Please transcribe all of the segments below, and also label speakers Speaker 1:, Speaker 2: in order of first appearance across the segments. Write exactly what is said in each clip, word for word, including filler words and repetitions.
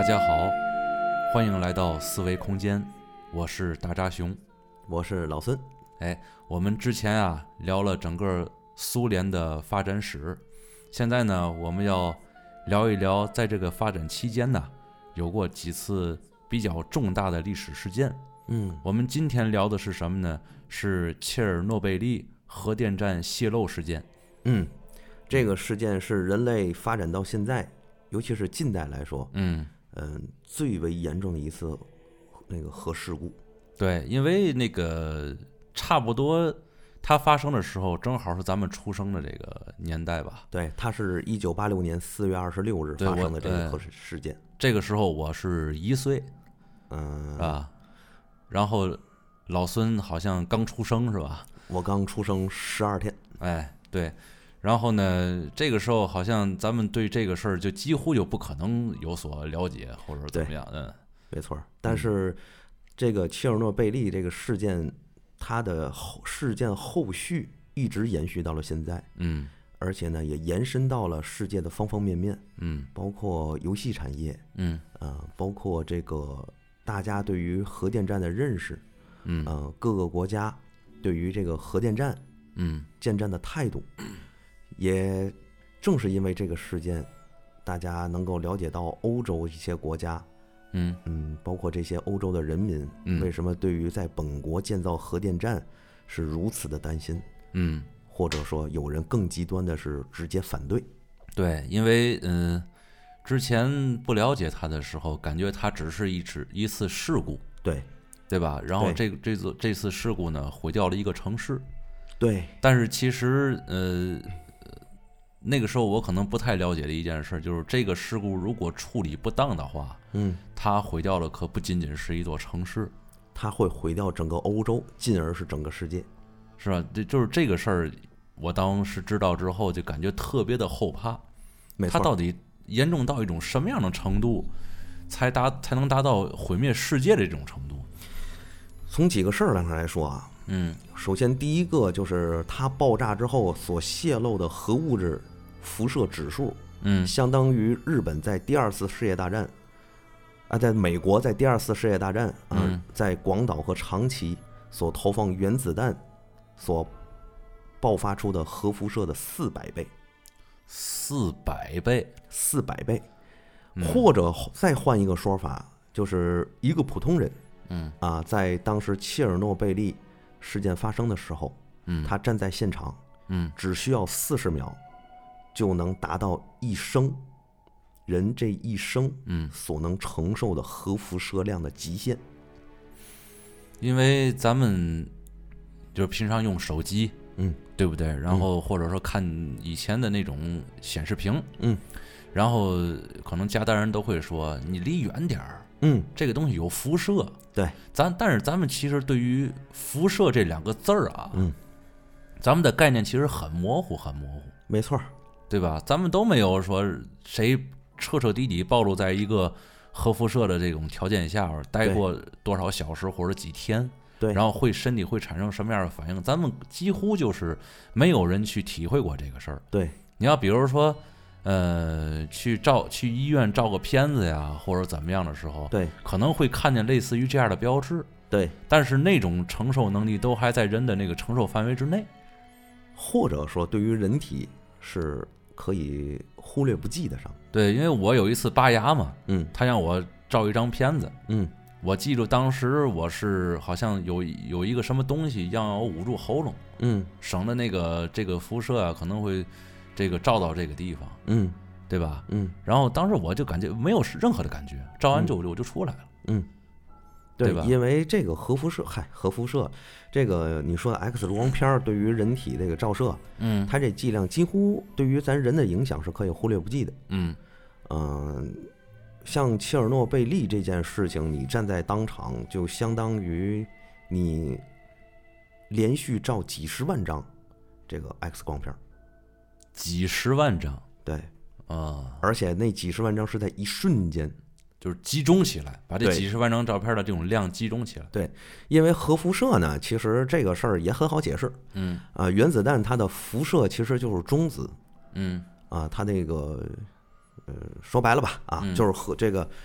Speaker 1: 家好，欢迎来到思维空间，我是大扎熊，
Speaker 2: 我是老孙。
Speaker 1: 哎，我们之前啊聊了整个苏联的发展史，现在呢我们要聊一聊在这个发展期间呢有过几次比较重大的历史事件。
Speaker 2: 嗯，
Speaker 1: 我们今天聊的是什么呢？是切尔诺贝利核电站泄漏事件。
Speaker 2: 嗯，这个事件是人类发展到现在，尤其是近代来说，
Speaker 1: 嗯
Speaker 2: 嗯，最为严重的一次那个核事故。
Speaker 1: 对，因为那个差不多它发生的时候，正好是咱们出生的这个年代吧。
Speaker 2: 对，它是一九八六年四月二十六日发生的这个核事件。
Speaker 1: 这个时候我是一岁，
Speaker 2: 嗯
Speaker 1: 啊，然后老孙好像刚出生是吧？
Speaker 2: 我刚出生十二天。
Speaker 1: 哎，对。然后呢，这个时候好像咱们对这个事儿就几乎就不可能有所了解，或者怎么样？嗯，
Speaker 2: 没错。但是这个切尔诺贝利这个事件，它的后事件后续一直延续到了现在。
Speaker 1: 嗯，
Speaker 2: 而且呢，也延伸到了世界的方方面面。
Speaker 1: 嗯，
Speaker 2: 包括游戏产业。
Speaker 1: 嗯，
Speaker 2: 呃，包括这个大家对于核电站的认识。
Speaker 1: 嗯，
Speaker 2: 呃，各个国家对于这个核电站，
Speaker 1: 嗯，
Speaker 2: 建站的态度。也正是因为这个事件，大家能够了解到欧洲一些国家，
Speaker 1: 嗯
Speaker 2: 嗯，包括这些欧洲的人民，
Speaker 1: 嗯
Speaker 2: 为什么对于在本国建造核电站是如此的担心，
Speaker 1: 嗯，
Speaker 2: 或者说有人更极端的是直接反对。
Speaker 1: 对，因为嗯、呃，之前不了解它的时候，感觉它只是一次一次事故，
Speaker 2: 对
Speaker 1: 对吧？然后
Speaker 2: 对
Speaker 1: 这这次这次事故呢，毁掉了一个城市。
Speaker 2: 对，
Speaker 1: 但是其实呃，那个时候我可能不太了解的一件事，就是这个事故如果处理不当的话，
Speaker 2: 嗯，
Speaker 1: 它毁掉了可不仅仅是一座城市，
Speaker 2: 它会毁掉整个欧洲，进而是整个世界，
Speaker 1: 是吧？这就是这个事儿，我当时知道之后就感觉特别的后怕。
Speaker 2: 没错。
Speaker 1: 它到底严重到一种什么样的程度，才达才能达到毁灭世界的这种程度？
Speaker 2: 从几个事儿上来说啊，
Speaker 1: 嗯，
Speaker 2: 首先第一个就是它爆炸之后所泄露的核物质辐射指数，
Speaker 1: 嗯，
Speaker 2: 相当于日本在第二次世界大战啊，在美国在第二次世界大战啊，
Speaker 1: 嗯
Speaker 2: 在广岛和长崎所投放原子弹所爆发出的核辐射的四百倍，
Speaker 1: 四百倍，
Speaker 2: 四百倍，
Speaker 1: 嗯
Speaker 2: 或者再换一个说法，就是一个普通人，
Speaker 1: 嗯
Speaker 2: 啊，在当时切尔诺贝利事件发生的时候，
Speaker 1: 嗯，
Speaker 2: 他站在现场，
Speaker 1: 嗯
Speaker 2: 只需要四十秒，就能达到一生人这一生
Speaker 1: 嗯，
Speaker 2: 所能承受的核辐射量的极限。
Speaker 1: 因为咱们就是平常用手机，
Speaker 2: 嗯，
Speaker 1: 对不对？然后或者说看以前的那种显示屏，
Speaker 2: 嗯，
Speaker 1: 然后可能家大人都会说你离远点儿，
Speaker 2: 嗯，
Speaker 1: 这个东西有辐射。
Speaker 2: 对，
Speaker 1: 咱但是咱们其实对于辐射这两个字儿啊，
Speaker 2: 嗯，
Speaker 1: 咱们的概念其实很模糊，很模糊，
Speaker 2: 没错，
Speaker 1: 对吧？咱们都没有说谁彻彻底底暴露在一个核辐射的这种条件下待过多少小时或者几天，
Speaker 2: 对，
Speaker 1: 然后会身体会产生什么样的反应，咱们几乎就是没有人去体会过这个事儿。
Speaker 2: 对，
Speaker 1: 你要比如说，呃，去照去医院照个片子呀，或者怎么样的时候，
Speaker 2: 对，
Speaker 1: 可能会看见类似于这样的标志，
Speaker 2: 对，
Speaker 1: 但是那种承受能力都还在人的那个承受范围之内，
Speaker 2: 或者说对于人体是可以忽略不计的上。
Speaker 1: 对，因为我有一次拔牙嘛，
Speaker 2: 嗯
Speaker 1: 他让我照一张片子，
Speaker 2: 嗯，
Speaker 1: 我记住当时我是好像有有一个什么东西让我捂住喉咙，
Speaker 2: 嗯
Speaker 1: 省得那个这个辐射啊可能会这个照到这个地方，
Speaker 2: 嗯
Speaker 1: 对吧？
Speaker 2: 嗯
Speaker 1: 然后当时我就感觉没有任何的感觉，照完之后我就出来了，
Speaker 2: 嗯，
Speaker 1: 对吧
Speaker 2: 因为这个核辐射，嗨，核辐射，这个你说的 X 光片儿对于人体这个照射，
Speaker 1: 嗯
Speaker 2: 它这剂量几乎对于咱人的影响是可以忽略不计的。
Speaker 1: 嗯
Speaker 2: 嗯，像切尔诺贝利这件事情，你站在当场，就相当于你连续照几十万张这个 X 光片儿，
Speaker 1: 几十万张
Speaker 2: 对，
Speaker 1: 啊，
Speaker 2: 而且那几十万张是在一瞬间。
Speaker 1: 就是集中起来，把这
Speaker 2: 对
Speaker 1: 几十万张照片的这种量集中起来。
Speaker 2: 对，因为核辐射呢，其实这个事儿也很好解释。
Speaker 1: 嗯
Speaker 2: 啊，原子弹它的辐射其实就是中子
Speaker 1: 嗯
Speaker 2: 啊，它那个呃说白了吧啊，
Speaker 1: 嗯
Speaker 2: 就是和这个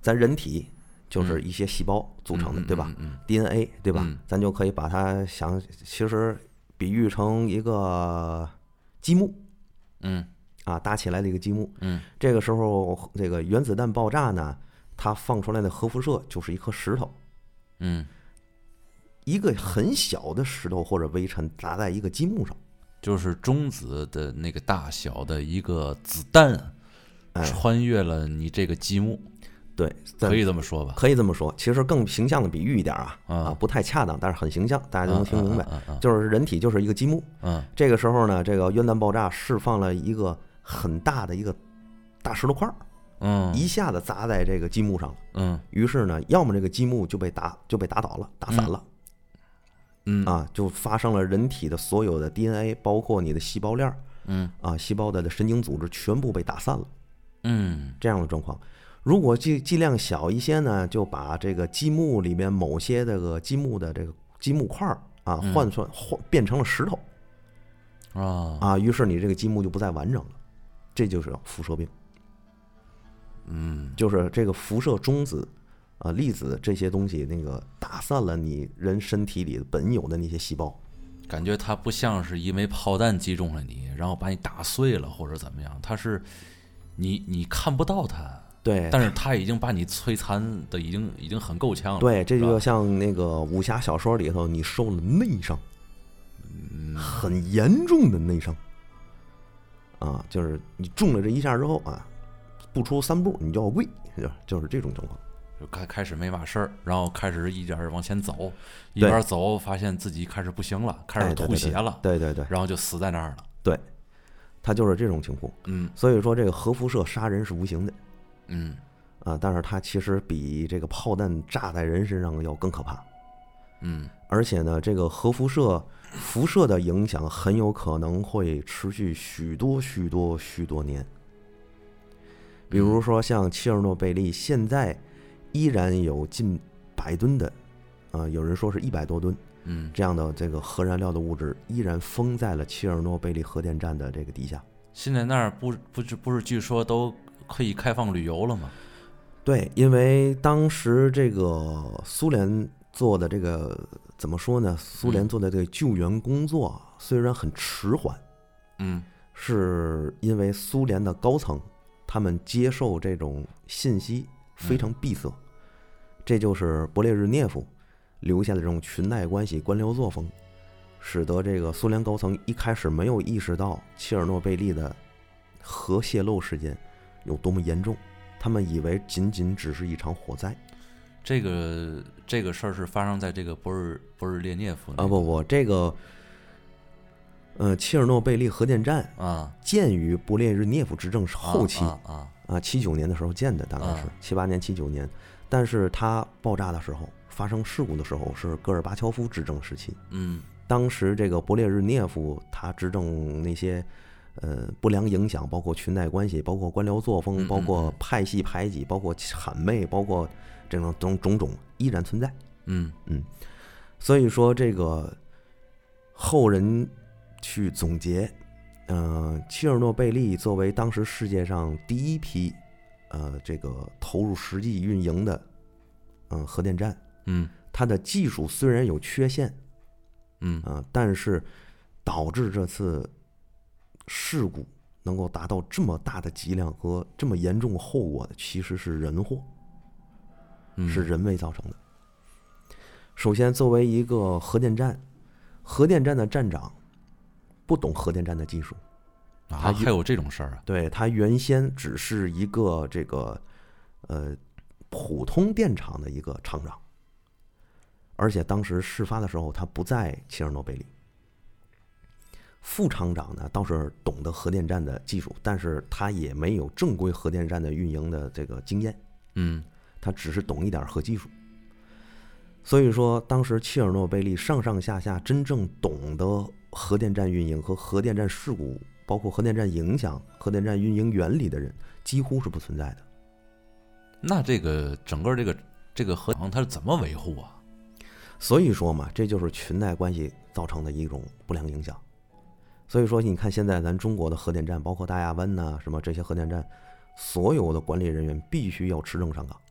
Speaker 2: 咱人体就是一些细胞组成的，对吧？D N A 对吧？咱就可以把它想，其实比喻成一个积木，
Speaker 1: 嗯
Speaker 2: 啊，搭起来的一个积木。
Speaker 1: 嗯，
Speaker 2: 这个时候，这个原子弹爆炸呢，它放出来的核辐射就是一颗石头。
Speaker 1: 嗯，
Speaker 2: 一个很小的石头或者微尘砸在一个积木上，
Speaker 1: 就是中子的那个大小的一个子弹，穿越了你这个积木。
Speaker 2: 对，
Speaker 1: 可以这么说吧？
Speaker 2: 可以这么说。其实更形象的比喻一点啊，
Speaker 1: 啊，
Speaker 2: 不太恰当，但是很形象，大家都能听明白。
Speaker 1: 嗯嗯嗯、
Speaker 2: 就是人体就是一个积木。
Speaker 1: 嗯，
Speaker 2: 这个时候呢，这个原子弹爆炸释放了一个很大的一个大石头块儿，
Speaker 1: 嗯，
Speaker 2: 一下子砸在这个积木上了。
Speaker 1: 嗯，
Speaker 2: 于是呢，要么这个积木就被打就被打倒了，打散了。
Speaker 1: 嗯
Speaker 2: 啊，就发生了人体的所有的 D N A， 包括你的细胞链，
Speaker 1: 嗯
Speaker 2: 啊，细胞的神经组织全部被打散了。
Speaker 1: 嗯，
Speaker 2: 这样的状况。如果剂剂量小一些呢，就把这个积木里面某些这个积木的这个积木块啊换算换变成了石头
Speaker 1: 啊
Speaker 2: 啊，于是你这个积木就不再完整了，这就是辐射病。
Speaker 1: 嗯，
Speaker 2: 就是这个辐射中子啊、粒子这些东西，那个打散了你人身体里本有的那些细胞。
Speaker 1: 感觉它不像是一枚炮弹击中了你，然后把你打碎了或者怎么样，它是你你看不到它。
Speaker 2: 对，
Speaker 1: 但是他已经把你摧残的已经已经很够呛了。
Speaker 2: 对，这就像那个武侠小说里头，你受了内伤，
Speaker 1: 嗯，
Speaker 2: 很严重的内伤，啊，就是你中了这一下之后啊，不出三步你就要跪，就是这种情况。
Speaker 1: 就开开始没嘛事儿，然后开始一点往前走，一边走发现自己开始不行了，开始吐血了，
Speaker 2: 对对对，
Speaker 1: 然后就死在那儿了。
Speaker 2: 对，他就是这种情况。
Speaker 1: 嗯，
Speaker 2: 所以说这个核辐射杀人是无形的。
Speaker 1: 嗯
Speaker 2: 啊，但是它其实比这个炮弹炸在人身上要更可怕。
Speaker 1: 嗯，
Speaker 2: 而且呢，这个核辐射辐射的影响很有可能会持续许多许多许多年。比如说像切尔诺贝利，现在依然有近百吨的，啊，有人说是一百多吨，
Speaker 1: 嗯，
Speaker 2: 这样的这个核燃料的物质依然封在了切尔诺贝利核电站的这个底下。
Speaker 1: 现在那儿不不是不是据说都可以开放旅游了吗？
Speaker 2: 对，因为当时这个苏联做的这个怎么说呢？苏联做的这个救援工作虽然很迟缓，
Speaker 1: 嗯，
Speaker 2: 是因为苏联的高层他们接受这种信息非常闭塞，这就是勃列日涅夫留下的这种裙带关系、官僚作风，使得这个苏联高层一开始没有意识到切尔诺贝利的核泄漏事件有多么严重，他们以为仅仅只是一场火灾。
Speaker 1: 这个这个事儿是发生在这个波尔波尔列涅夫、那个、
Speaker 2: 啊不不，这个呃切尔诺贝利核电站
Speaker 1: 啊，
Speaker 2: 建于勃列日涅夫执政后期
Speaker 1: 啊啊
Speaker 2: 啊七九年的时候建的，大概是七八年七九年，但是它爆炸的时候发生事故的时候是戈尔巴乔夫执政时期。
Speaker 1: 嗯，
Speaker 2: 当时这个勃列日涅夫他执政那些。呃，不良影响包括裙带关系，包括官僚作风，包括派系排挤，包括谄媚，包括这种种种种依然存在。
Speaker 1: 嗯
Speaker 2: 嗯，所以说这个后人去总结，呃，切尔诺贝利作为当时世界上第一批呃这个投入实际运营的嗯、呃、核电站，
Speaker 1: 嗯，
Speaker 2: 它的技术虽然有缺陷，
Speaker 1: 嗯
Speaker 2: 啊、呃，但是导致这次事故能够达到这么大的剂量和这么严重后果的，其实是人祸，是人为造成的。首先，作为一个核电站，核电站的站长不懂核电站的技术，
Speaker 1: 啊，还有这种事儿啊？
Speaker 2: 对，他原先只是一个这个呃普通电厂的一个厂长，而且当时事发的时候他不在切尔诺贝利。副厂长呢倒是懂得核电站的技术，但是他也没有正规核电站的运营的这个经验，
Speaker 1: 嗯，
Speaker 2: 他只是懂一点核技术。所以说，当时切尔诺贝利上上下下真正懂得核电站运营和核电站事故，包括核电站影响、核电站运营原理的人，几乎是不存在的。
Speaker 1: 那这个整个这个这个核厂它是怎么维护啊？
Speaker 2: 所以说嘛，这就是裙带关系造成的一种不良影响。所以说，你看现在咱中国的核电站，包括大亚湾呐、什么这些核电站，所有的管理人员必须要持证上岗。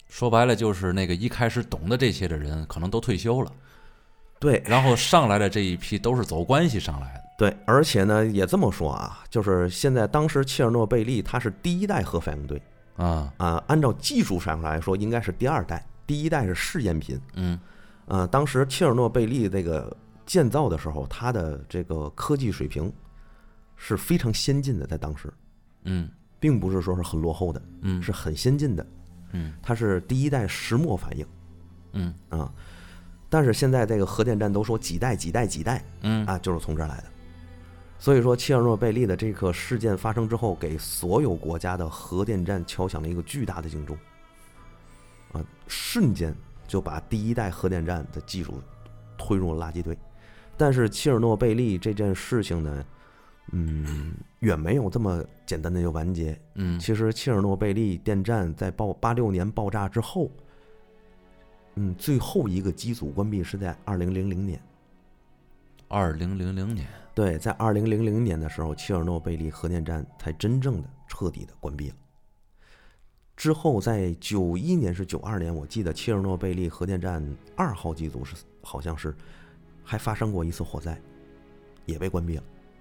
Speaker 1: 说白了就是那个一开始懂得这些的人可能都退休了，
Speaker 2: 对，
Speaker 1: 然后上来的这一批都是走关系上来的。
Speaker 2: 对，而且呢也这么说啊，就是现在当时切尔诺贝利它是第一代核反应堆
Speaker 1: 啊
Speaker 2: 啊，按照技术上来说应该是第二代，第一代是试验品。
Speaker 1: 嗯
Speaker 2: 呃，当时切尔诺贝利这个建造的时候，它的这个科技水平是非常先进的，在当时，
Speaker 1: 嗯
Speaker 2: 并不是说是很落后的，
Speaker 1: 嗯
Speaker 2: 是很先进的。
Speaker 1: 嗯
Speaker 2: 它是第一代石墨反应
Speaker 1: 嗯
Speaker 2: 啊，但是现在这个核电站都说几代几代几代
Speaker 1: 嗯
Speaker 2: 啊，就是从这儿来的。所以说，切尔诺贝利的这个事件发生之后，给所有国家的核电站敲响了一个巨大的警钟，啊，瞬间就把第一代核电站的技术推入了垃圾堆。但是切尔诺贝利这件事情呢，嗯，远没有这么简单的就完结。
Speaker 1: 嗯，
Speaker 2: 其实切尔诺贝利电站在爆八六年爆炸之后，嗯，最后一个机组关闭是在二零零零年。
Speaker 1: 二零零零年。
Speaker 2: 对，在二零零零年的时候，切尔诺贝利核电站才真正的彻底的关闭了。之后，在九一年是九二年，我记得切尔诺贝利核电站二号机组是好像是还发生过一次火灾，也被关闭了。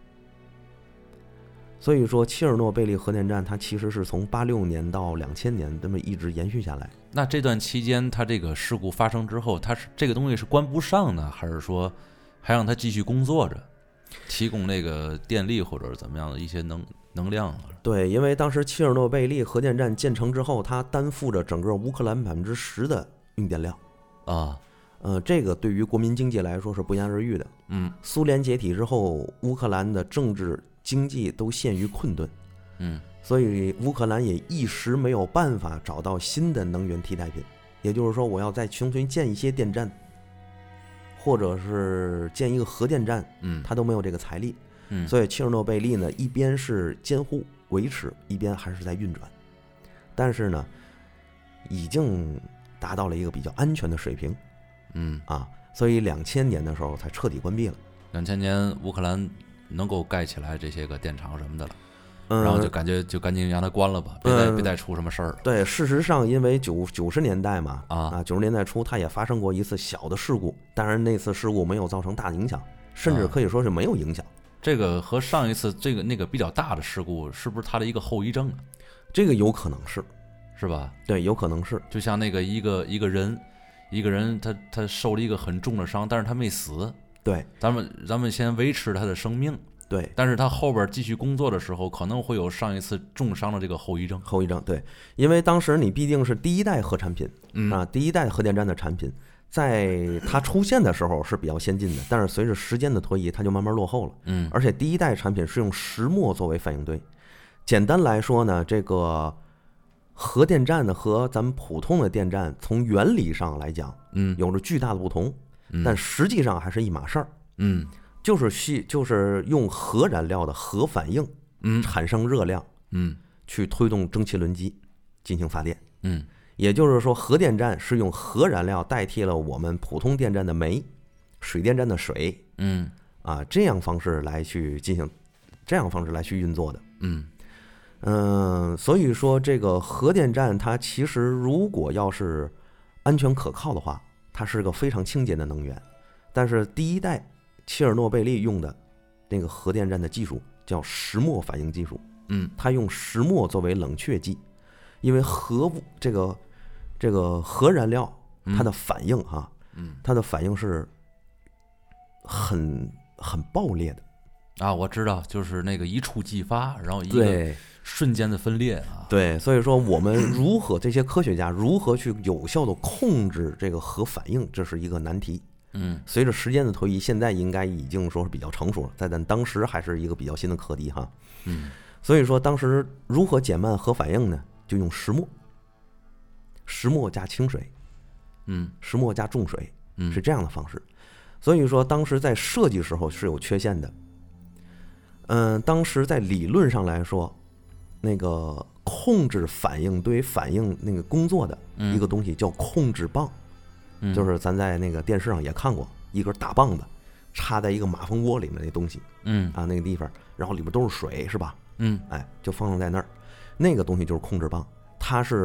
Speaker 2: 所以说，切尔诺贝利核电站它其实是从八六年到两千年这么一直延续下来。
Speaker 1: 那这段期间，它这个事故发生之后，它是这个东西是关不上呢，还是说还让它继续工作着？提供那个电力或者怎么样的一些能能量。
Speaker 2: 对，因为当时切尔诺贝利核电站建成之后，它担负着整个乌克兰百分之十的用电量
Speaker 1: 啊，
Speaker 2: 呃，这个对于国民经济来说是不言而喻的。
Speaker 1: 嗯，
Speaker 2: 苏联解体之后，乌克兰的政治经济都陷于困顿，
Speaker 1: 嗯，
Speaker 2: 所以乌克兰也一时没有办法找到新的能源替代品。也就是说，我要再重新建一些电站，或者是建一个核电站，
Speaker 1: 嗯，
Speaker 2: 他都没有这个财力，
Speaker 1: 嗯，
Speaker 2: 所以切尔诺贝利呢，一边是监护维持，一边还是在运转，但是呢，已经达到了一个比较安全的水平，
Speaker 1: 嗯
Speaker 2: 啊，所以两千年的时候才彻底关闭了。
Speaker 1: 两千年乌克兰能够盖起来这些个电厂什么的了。
Speaker 2: 嗯，
Speaker 1: 然后就感觉就赶紧让它关了吧，别再
Speaker 2: 嗯
Speaker 1: 别再出什么事儿了。
Speaker 2: 对，事实上，因为九九十年代嘛，
Speaker 1: 啊
Speaker 2: 啊，九十年代初，它也发生过一次小的事故，当然那次事故没有造成大影响，甚至可以说是没有影响。
Speaker 1: 这个和上一次这个那个比较大的事故，是不是它的一个后遗症啊？
Speaker 2: 这个有可能是，
Speaker 1: 是吧？
Speaker 2: 对，有可能是。
Speaker 1: 就像那个一个一个人，一个人他他受了一个很重的伤，但是他没死。
Speaker 2: 对，
Speaker 1: 咱们咱们先维持他的生命。
Speaker 2: 对，
Speaker 1: 但是他后边继续工作的时候，可能会有上一次重伤的这个后遗症。
Speaker 2: 后遗症，对，因为当时你毕竟是第一代核产品，
Speaker 1: 嗯
Speaker 2: 啊，第一代核电站的产品，在它出现的时候是比较先进的，但是随着时间的推移，它就慢慢落后了。
Speaker 1: 嗯，
Speaker 2: 而且第一代产品是用石墨作为反应堆。简单来说呢，这个核电站呢和咱们普通的电站从原理上来讲，
Speaker 1: 嗯，
Speaker 2: 有着巨大的不同，
Speaker 1: 嗯
Speaker 2: 但实际上还是一码事儿。
Speaker 1: 嗯
Speaker 2: 就是系就是用核燃料的核反应，
Speaker 1: 嗯
Speaker 2: 产生热量，
Speaker 1: 嗯
Speaker 2: 去推动蒸汽轮机进行发电。
Speaker 1: 嗯
Speaker 2: 也就是说，核电站是用核燃料代替了我们普通电站的煤、水电站的水
Speaker 1: 嗯
Speaker 2: 啊，这样方式来去进行，这样方式来去运作的。
Speaker 1: 嗯
Speaker 2: 嗯，所以说这个核电站它其实如果要是安全可靠的话，它是个非常清洁的能源。但是第一代切尔诺贝利用的那个核电站的技术叫石墨反应技术，
Speaker 1: 嗯
Speaker 2: 它用石墨作为冷却剂，因为核物这个这个核燃料它的反应哈、啊，
Speaker 1: 嗯
Speaker 2: 它的反应是很很爆裂的。
Speaker 1: 啊，我知道，就是那个一触即发，然后一个
Speaker 2: 对
Speaker 1: 瞬间的分裂啊。
Speaker 2: 对，所以说我们如何这些科学家如何去有效的控制这个核反应，这是一个难题。
Speaker 1: 嗯
Speaker 2: 随着时间的推移，现在应该已经说是比较成熟了，在咱当时还是一个比较新的课题哈。
Speaker 1: 嗯
Speaker 2: 所以说当时如何减慢核反应呢？就用石墨，石墨加清水，
Speaker 1: 嗯
Speaker 2: 石墨加重水，
Speaker 1: 嗯
Speaker 2: 是这样的方式。所以说当时在设计时候是有缺陷的。嗯，当时在理论上来说，那个控制反应堆反应那个工作的一个东西叫控制棒。
Speaker 1: 嗯，
Speaker 2: 就是咱在那个电视上也看过一根大棒子插在一个马蜂窝里面那东西
Speaker 1: 嗯
Speaker 2: 啊，那个地方，然后里面都是水是吧？
Speaker 1: 嗯
Speaker 2: 哎，就放在那儿，那个东西就是控制棒，它是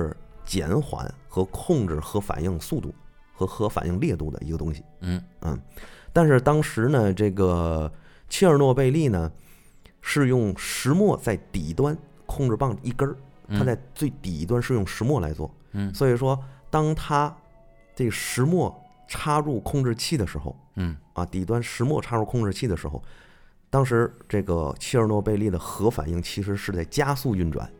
Speaker 2: 减缓和控制核反应速度和核反应烈度的一个东西。
Speaker 1: 嗯
Speaker 2: 嗯，但是当时呢，这个切尔诺贝利呢是用石墨在底端，控制棒一根儿，它在最底端是用石墨来做。
Speaker 1: 嗯，
Speaker 2: 所以说，当它这个石墨插入控制器的时候，
Speaker 1: 嗯
Speaker 2: 啊，底端石墨插入控制器的时候，当时这个切尔诺贝利的核反应其实是在加速运转，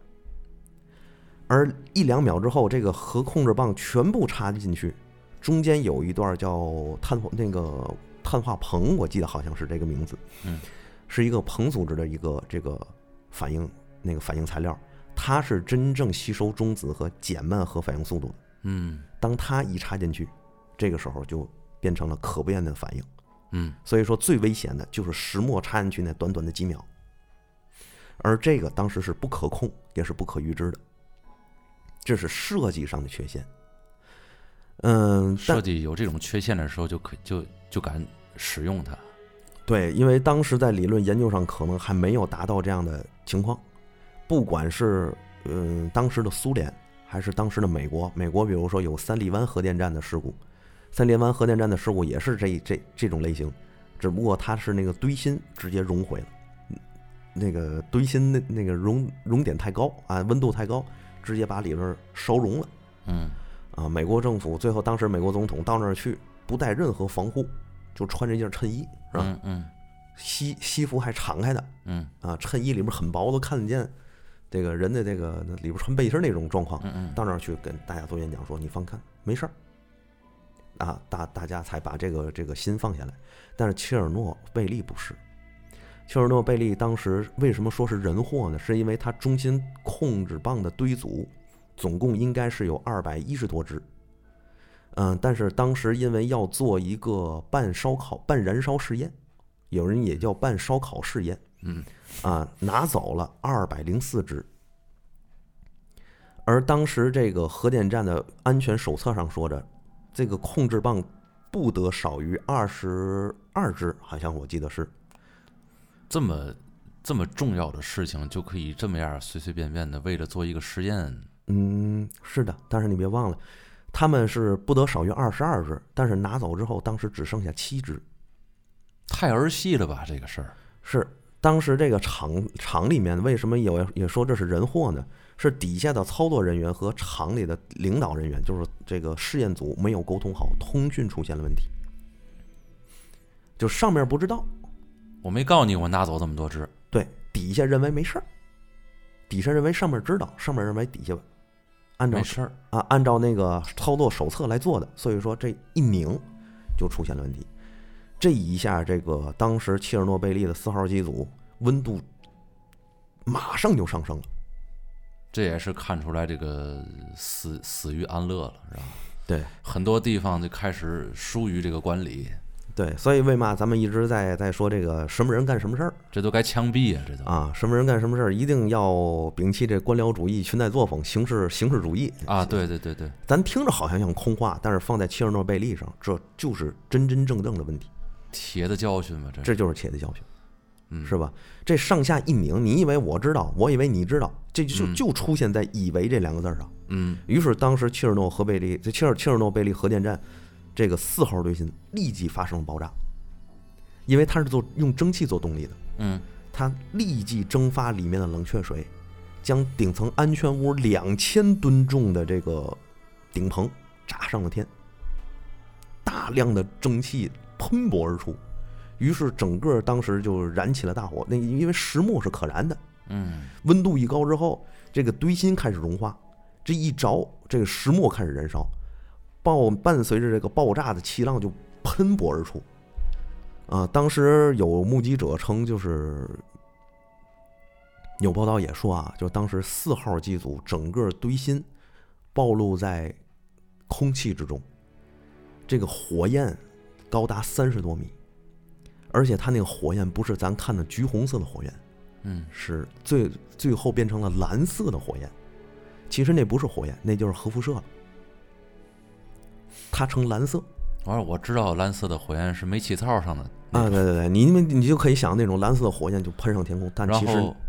Speaker 2: 而一两秒之后，这个核控制棒全部插进去，中间有一段叫碳化那个碳化硼，我记得好像是这个名字，
Speaker 1: 嗯，
Speaker 2: 是一个硼组织的一个这个反应那个反应材料，它是真正吸收中子和减慢核反应速度的。
Speaker 1: 嗯
Speaker 2: 当它一插进去，这个时候就变成了可变的反应。
Speaker 1: 嗯，
Speaker 2: 所以说最危险的就是石墨插进去那短短的几秒，而这个当时是不可控也是不可预知的，这是设计上的缺陷。嗯，
Speaker 1: 设计有这种缺陷的时候就可就就敢使用它。
Speaker 2: 对，因为当时在理论研究上可能还没有达到这样的情况，不管是嗯当时的苏联还是当时的美国，美国比如说有三里湾核电站的事故，三里湾核电站的事故也是这这这种类型，只不过它是那个堆芯直接熔毁了，那个堆芯那那个熔熔点太高啊，温度太高，直接把里边烧熔了。
Speaker 1: 嗯
Speaker 2: 啊，美国政府最后当时美国总统到那儿去，不带任何防护，就穿这件衬衣是吧？
Speaker 1: 嗯嗯，
Speaker 2: 西西服还敞开的，
Speaker 1: 嗯
Speaker 2: 啊，衬衣里边很薄，都看得见这个人的这个里边穿背心那种状况。
Speaker 1: 嗯嗯，
Speaker 2: 到那儿去跟大家做演讲说，你放看没事儿，啊，大大家才把这个这个心放下来。但是切尔诺贝利不是，切尔诺贝利当时为什么说是人祸呢？是因为它中心控制棒的堆组总共应该是有二百一十多只，嗯，但是当时因为要做一个半烧烤、半燃烧试验，有人也叫半烧烤试验，
Speaker 1: 嗯
Speaker 2: 啊，拿走了二百零四只。而当时这个核电站的安全手册上说着，这个控制棒不得少于二十二只，好像我记得是。
Speaker 1: 这么这么重要的事情就可以这么样随随便便的为了做一个实验？
Speaker 2: 嗯，是的，但是你别忘了，他们是不得少于二十二只，但是拿走之后，当时只剩下七只。
Speaker 1: 太儿戏了吧，这个事儿。
Speaker 2: 是当时这个厂厂里面为什么有也说这是人祸呢？是底下的操作人员和厂里的领导人员，就是这个试验组没有沟通好，通讯出现了问题。就上面不知道，
Speaker 1: 我没告诉你我拿走这么多只，
Speaker 2: 对，底下认为没事儿，底下认为上面知道，上面认为底下按照
Speaker 1: 没事儿
Speaker 2: 啊按照那个操作手册来做的，所以说这一拧就出现了问题。这一下，这个当时切尔诺贝利的四号机组温度马上就上升了。
Speaker 1: 这也是看出来这个死死于安乐了，是吧？
Speaker 2: 对，
Speaker 1: 很多地方就开始疏于这个管理。
Speaker 2: 对，所以为嘛咱们一直在在说这个什么人干什么事儿，
Speaker 1: 这都该枪毙啊！这都
Speaker 2: 啊，什么人干什么事儿，一定要摒弃这官僚主义、裙带作风、形式形式主义
Speaker 1: 啊！对对对对，
Speaker 2: 咱听着好像像空话，但是放在切尔诺贝利上，这就是真真正正的问题，
Speaker 1: 铁的教训嘛，这
Speaker 2: 这就是铁的教训。
Speaker 1: 嗯，
Speaker 2: 是吧？这上下一拧，你以为我知道，我以为你知道，这就就出现在“以为”这两个字上。
Speaker 1: 嗯，
Speaker 2: 于是当时切尔诺核贝利，这切尔切尔诺贝利核电站这个四号堆芯立即发生了爆炸，因为它是做用蒸汽做动力的。
Speaker 1: 嗯，
Speaker 2: 它立即蒸发里面的冷却水，将顶层安全屋两千吨重的这个顶棚炸上了天，大量的蒸汽喷薄而出。于是整个当时就燃起了大火。那因为石墨是可燃的，
Speaker 1: 嗯，
Speaker 2: 温度一高之后，这个堆芯开始融化，这一着，这个石墨开始燃烧，爆伴随着这个爆炸的气浪就喷薄而出。啊，当时有目击者称，就是有报道也说啊，就当时四号机组整个堆芯暴露在空气之中，这个火焰高达三十多米。而且它那个火焰不是咱看的橘红色的火焰，
Speaker 1: 嗯，
Speaker 2: 是最最后变成了蓝色的火焰。其实那不是火焰，那就是核辐射了，它呈蓝色。
Speaker 1: 完了，我知道蓝色的火焰是煤气灶上的
Speaker 2: 啊，对对对，你你就可以想那种蓝色的火焰就喷上天空，但其实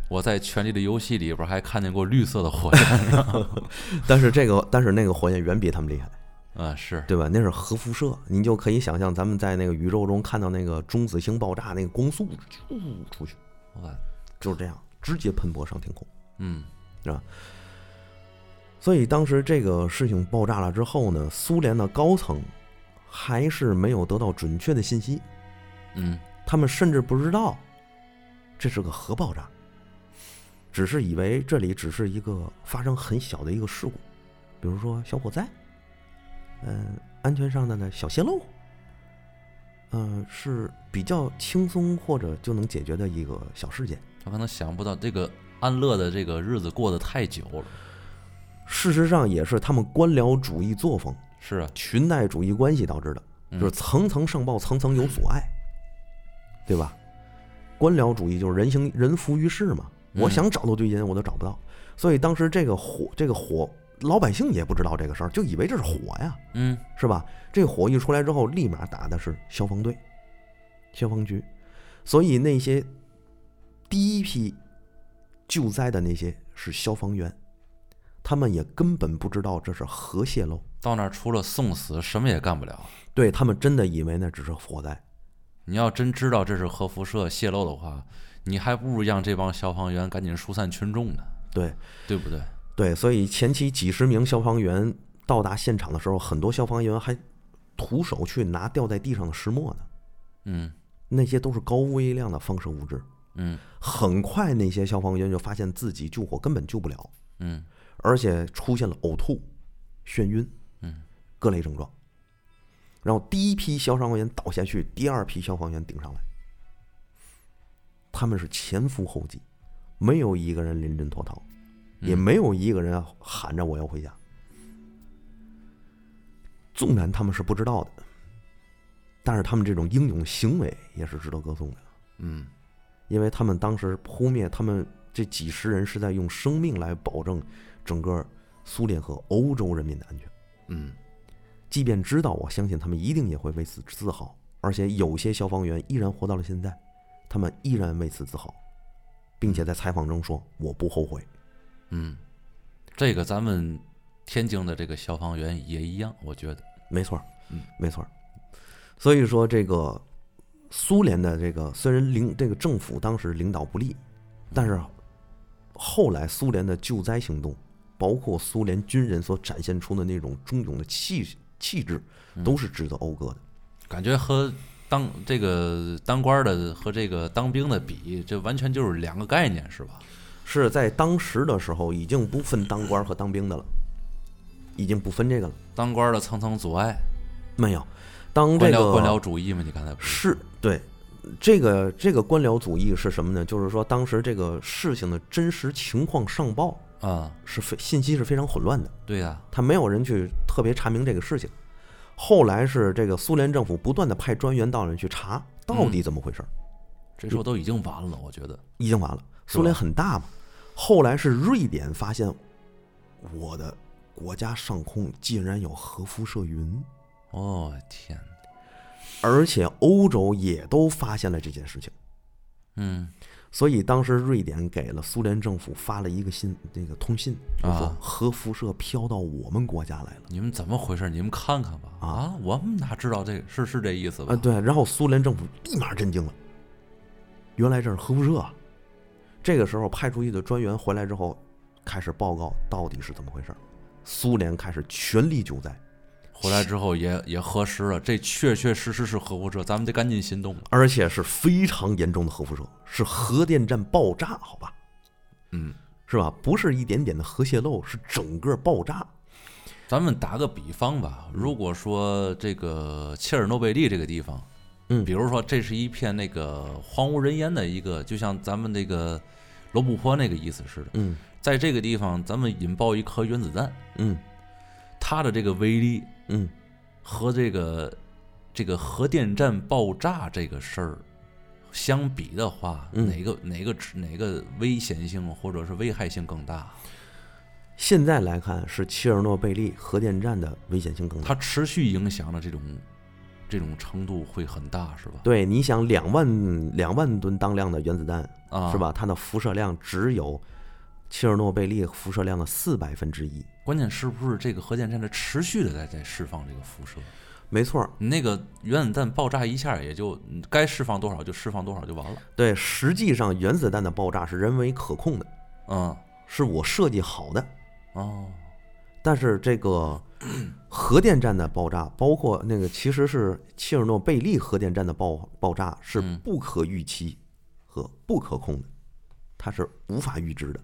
Speaker 1: 我在《权力的游戏》里边还看见过绿色的火焰，
Speaker 2: 但是这个但是那个火焰远比他们厉害。
Speaker 1: 啊，是
Speaker 2: 对吧？那是核辐射，你就可以想象咱们在那个宇宙中看到那个中子星爆炸那个光速就出去，
Speaker 1: 哇，
Speaker 2: 就是这样直接喷薄上天空，
Speaker 1: 嗯，
Speaker 2: 是吧？所以当时这个事情爆炸了之后呢，苏联的高层还是没有得到准确的信息，
Speaker 1: 嗯，
Speaker 2: 他们甚至不知道这是个核爆炸，只是以为这里只是一个发生很小的一个事故，比如说小火灾。嗯，安全上的呢小泄漏，嗯、呃，是比较轻松或者就能解决的一个小事件。
Speaker 1: 他可能想不到这个安乐的这个日子过得太久了。
Speaker 2: 事实上，也是他们官僚主义作风，
Speaker 1: 是啊，
Speaker 2: 裙带主义关系导致的，就是层层上报，层层有阻碍，对吧？官僚主义就是人行人浮于事嘛，我想找到对因，我都找不到。所以当时这个火，这个火。老百姓也不知道这个事儿，就以为这是火呀，
Speaker 1: 嗯，
Speaker 2: 是吧？这个火一出来之后，立马打的是消防队、消防局，所以那些第一批救灾的那些是消防员，他们也根本不知道这是核泄漏，
Speaker 1: 到那儿除了送死什么也干不了。
Speaker 2: 对，他们真的以为那只是火灾。
Speaker 1: 你要真知道这是核辐射泄漏的话，你还不如让这帮消防员赶紧疏散群众呢，
Speaker 2: 对，
Speaker 1: 对不对？
Speaker 2: 对，所以前期几十名消防员到达现场的时候，很多消防员还徒手去拿掉在地上的石墨呢。
Speaker 1: 嗯，
Speaker 2: 那些都是高微量的放射物质。
Speaker 1: 嗯，
Speaker 2: 很快那些消防员就发现自己救火根本救不了。
Speaker 1: 嗯，
Speaker 2: 而且出现了呕吐、眩晕，
Speaker 1: 嗯，
Speaker 2: 各类症状。然后第一批消防员倒下去，第二批消防员顶上来，他们是前赴后继，没有一个人临阵脱逃。也没有一个人喊着我要回家，纵然他们是不知道的，但是他们这种英勇行为也是值得歌颂的。
Speaker 1: 嗯，
Speaker 2: 因为他们当时扑灭他们这几十人是在用生命来保证整个苏联和欧洲人民的安全。
Speaker 1: 嗯，
Speaker 2: 即便知道，我相信他们一定也会为此自豪，而且有些消防员依然活到了现在，他们依然为此自豪，并且在采访中说我不后悔。
Speaker 1: 嗯，这个咱们天津的这个消防员也一样，我觉得
Speaker 2: 没错，
Speaker 1: 嗯，
Speaker 2: 没错。所以说，这个苏联的这个虽然领这个政府当时领导不力，但是后来苏联的救灾行动，包括苏联军人所展现出的那种忠勇的气气质，都是值得讴歌的。
Speaker 1: 感觉和当这个当官的和这个当兵的比，这完全就是两个概念，是吧？
Speaker 2: 是在当时的时候已经不分当官和当兵的了，已经不分这个了。
Speaker 1: 当官的层层阻碍，
Speaker 2: 没有。当这个
Speaker 1: 官僚主义嘛，你刚才不
Speaker 2: 是是对这个这个官僚主义是什么呢？就是说当时这个事情的真实情况上报
Speaker 1: 啊，
Speaker 2: 是非信息是非常混乱的。
Speaker 1: 对呀、啊，
Speaker 2: 他没有人去特别查明这个事情。后来是这个苏联政府不断的派专员到那去查到底怎么回事、嗯、
Speaker 1: 这时候都已经完了，我觉得
Speaker 2: 已经完了。苏联很大嘛。后来是瑞典发现，我的国家上空竟然有核辐射云。
Speaker 1: 哦天！
Speaker 2: 而且欧洲也都发现了这件事情。
Speaker 1: 嗯，
Speaker 2: 所以当时瑞典给了苏联政府发了一个信，那个通信，就说核辐射飘到我们国家来了。
Speaker 1: 你们怎么回事？你们看看吧。啊，我们哪知道这个是是这意思吧？
Speaker 2: 啊，对。然后苏联政府立马震惊了，原来这是核辐射。这个时候派出去的专员回来之后，开始报告到底是怎么回事。苏联开始全力救灾，
Speaker 1: 回来之后也也核实了，这确确实实是核辐射，咱们得赶紧行动了。
Speaker 2: 而且是非常严重的核辐射，是核电站爆炸，好吧？
Speaker 1: 嗯，
Speaker 2: 是吧？不是一点点的核泄漏，是整个爆炸。
Speaker 1: 咱们打个比方吧，如果说这个切尔诺贝利这个地方，
Speaker 2: 嗯，
Speaker 1: 比如说这是一片那个荒无人烟的一个，就像咱们那个罗布泊那个意思似的，
Speaker 2: 嗯，
Speaker 1: 在这个地方咱们引爆一颗原子弹，
Speaker 2: 嗯，
Speaker 1: 它的这个威力，
Speaker 2: 嗯，
Speaker 1: 和这个这个核电站爆炸这个事儿相比的话，
Speaker 2: 嗯、
Speaker 1: 哪个哪个哪个危险性或者是危害性更大？
Speaker 2: 现在来看是切尔诺贝利核电站的危险性更大，
Speaker 1: 它持续影响了这种这种程度会很大，是吧？
Speaker 2: 对，你想两万两万吨当量的原子弹，
Speaker 1: 啊，
Speaker 2: 是吧？它的辐射量只有切尔诺贝利辐射量的四百分之一。
Speaker 1: 关键是不是这个核电站在持续的在在释放这个辐射？
Speaker 2: 没错，
Speaker 1: 那个原子弹爆炸一下也就该释放多少就释放多少就完了。
Speaker 2: 对，实际上原子弹的爆炸是人为可控的，
Speaker 1: 嗯，
Speaker 2: 是我设计好的。
Speaker 1: 哦，
Speaker 2: 但是这个核电站的爆炸，包括那个其实是切尔诺贝利核电站的爆爆炸是不可预期和不可控的，它是无法预知的。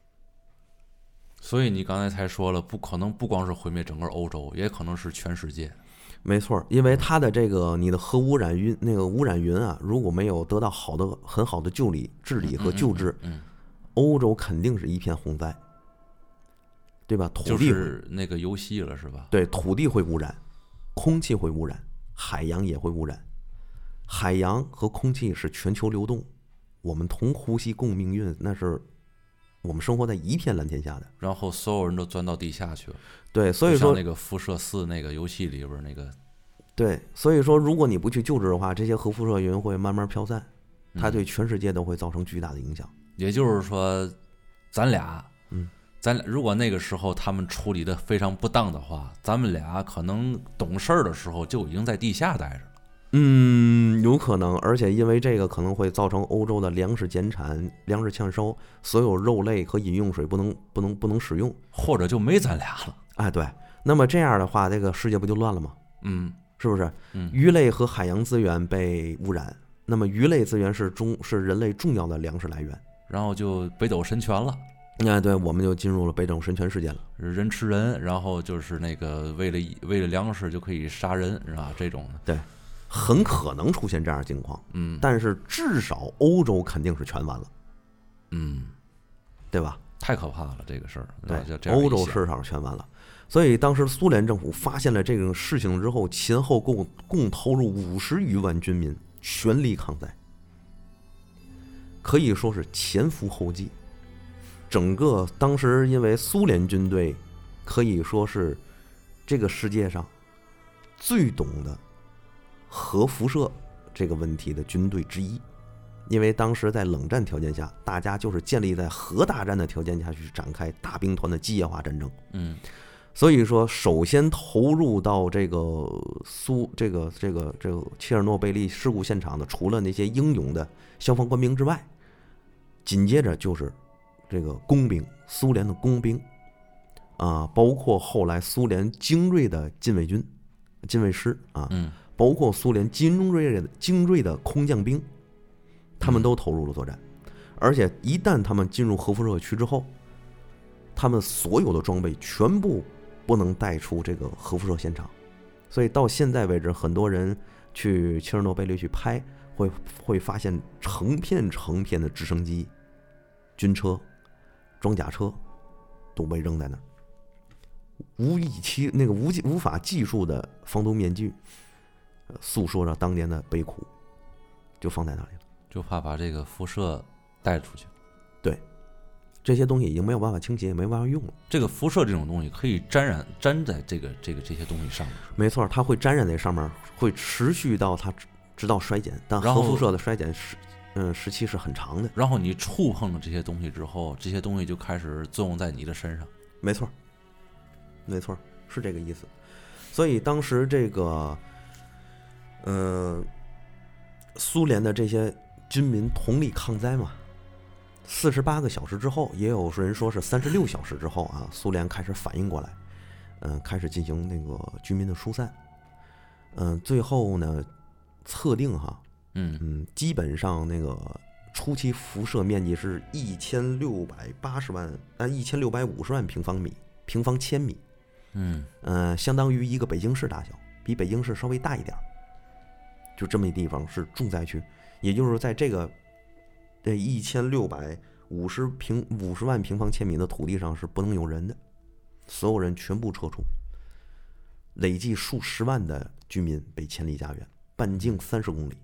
Speaker 1: 所以你刚才才说了，不可能不光是毁灭整个欧洲，也可能是全世界。
Speaker 2: 没错，因为它的这个你的核污染云那个污染云啊，如果没有得到好的很好的救理治理和救治，
Speaker 1: 嗯，
Speaker 2: 欧洲肯定是一片洪灾，对吧？土地
Speaker 1: 就是那个游戏了，是吧？
Speaker 2: 对，土地会污染，空气会污染，海洋也会污染。海洋和空气是全球流动，我们同呼吸共命运，那是我们生活在一片蓝天下的。
Speaker 1: 然后所有人都钻到地下去了。
Speaker 2: 对，所以说
Speaker 1: 那个辐射四那个游戏里边那个，
Speaker 2: 对，所以说如果你不去救治的话，这些核辐射云会慢慢飘散，它对全世界都会造成巨大的影响。
Speaker 1: 也就是说，咱俩，
Speaker 2: 嗯，
Speaker 1: 咱俩如果那个时候他们处理的非常不当的话，咱们俩可能懂事儿的时候就已经在地下待着了。
Speaker 2: 嗯，有可能，而且因为这个可能会造成欧洲的粮食减产、粮食欠收，所有肉类和饮用水不能不能不能使用，
Speaker 1: 或者就没咱俩了。
Speaker 2: 哎，对，那么这样的话，这个世界不就乱了吗？
Speaker 1: 嗯，
Speaker 2: 是不是？
Speaker 1: 嗯，
Speaker 2: 鱼类和海洋资源被污染，那么鱼类资源是中是人类重要的粮食来源，
Speaker 1: 然后就北斗神拳了。
Speaker 2: 哎，对，我们就进入了北斗神拳事件了。
Speaker 1: 人吃人，然后就是那个为了为了粮食就可以杀人，是吧？这种的，
Speaker 2: 对，很可能出现这样的情况。
Speaker 1: 嗯，
Speaker 2: 但是至少欧洲肯定是全完了，
Speaker 1: 嗯，
Speaker 2: 对吧？
Speaker 1: 太可怕了，这个事儿。
Speaker 2: 对，欧洲市场全完了。所以当时苏联政府发现了这种事情之后，前后共共投入五十余万军民，全力抗灾，可以说是前赴后继。整个当时因为苏联军队可以说是这个世界上最懂得核辐射这个问题的军队之一，因为当时在冷战条件下，大家就是建立在核大战的条件下去展开大兵团的机械化战争。
Speaker 1: 嗯。
Speaker 2: 所以说，首先投入到这个苏这个这个这个切尔诺贝利事故现场的，除了那些英勇的消防官兵之外，紧接着就是这个工兵，苏联的工兵啊，包括后来苏联精锐的禁卫军、禁卫师啊，包括苏联精锐的精锐的空降兵，他们都投入了作战。而且一旦他们进入核辐射区之后，他们所有的装备全部不能带出这个核辐射现场，所以到现在为止，很多人去切尔诺贝利去拍，会会发现成片成片的直升机、军车、装甲车都被扔在那儿，无以其那个无无法计数的防毒面具，诉说着当年的悲苦，就放在那里了，
Speaker 1: 就怕把这个辐射带出去。
Speaker 2: 对。这些东西已经没有办法清洁，也没办法用了。
Speaker 1: 这个辐射这种东西可以沾染粘在这个这个这些东西上面。
Speaker 2: 没错，它会沾染在上面，会持续到它直到衰减。但核辐射的衰减时，嗯，时期是很长的。
Speaker 1: 然后你触碰了这些东西之后，这些东西就开始作用在你的身上。
Speaker 2: 没错，没错，是这个意思。所以当时这个，呃，苏联的这些军民同力抗灾嘛。四十八个小时之后，也有人说是三十六小时之后啊，苏联开始反应过来，嗯、呃，开始进行那个军民的疏散，嗯、呃，最后呢，测定哈，
Speaker 1: 嗯
Speaker 2: 嗯，基本上那个初期辐射面积是一千六百八十万，呃，一千六百五十万平方米，平方千米，
Speaker 1: 嗯，
Speaker 2: 呃，相当于一个北京市大小，比北京市稍微大一点，就这么一地方是重灾区，也就是在这个。这一千六百五十平五十万平方千米的土地上是不能有人的，所有人全部撤出，累计数十万的居民被迁离家园，半径三十公里。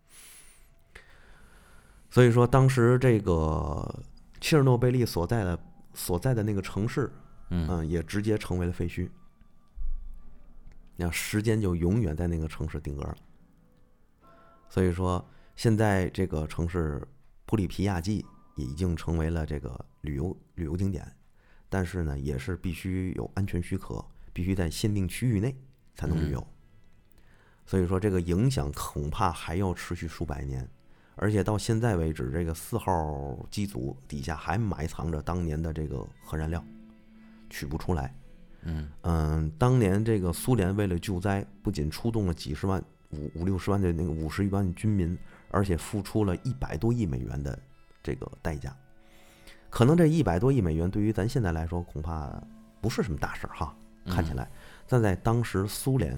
Speaker 2: 所以说，当时这个切尔诺贝利所在的所在的那个城市，
Speaker 1: 嗯、
Speaker 2: 呃，也直接成为了废墟。 那时间就永远在那个城市定格了。所以说，现在这个城市普里皮亚季也已经成为了这个旅游旅游景点，但是呢，也是必须有安全许可，必须在限定区域内才能旅游。嗯、所以说，这个影响恐怕还要持续数百年。而且到现在为止，这个四号机组底下还埋藏着当年的这个核燃料，取不出来。
Speaker 1: 嗯
Speaker 2: 嗯，当年这个苏联为了救灾，不仅出动了几十万、五五六十万的那个五十余万军民，而且付出了一百多亿美元的这个代价。可能这一百多亿美元对于咱现在来说，恐怕不是什么大事哈，看起来，但在当时苏联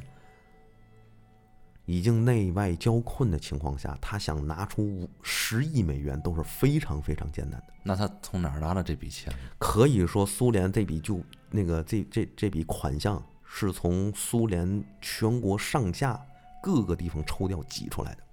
Speaker 2: 已经内外交困的情况下，他想拿出十亿美元都是非常非常艰难的。
Speaker 1: 那他从哪儿拿了这笔钱？
Speaker 2: 可以说，苏联这笔就那个这这这笔款项是从苏联全国上下各个地方抽调挤出来的。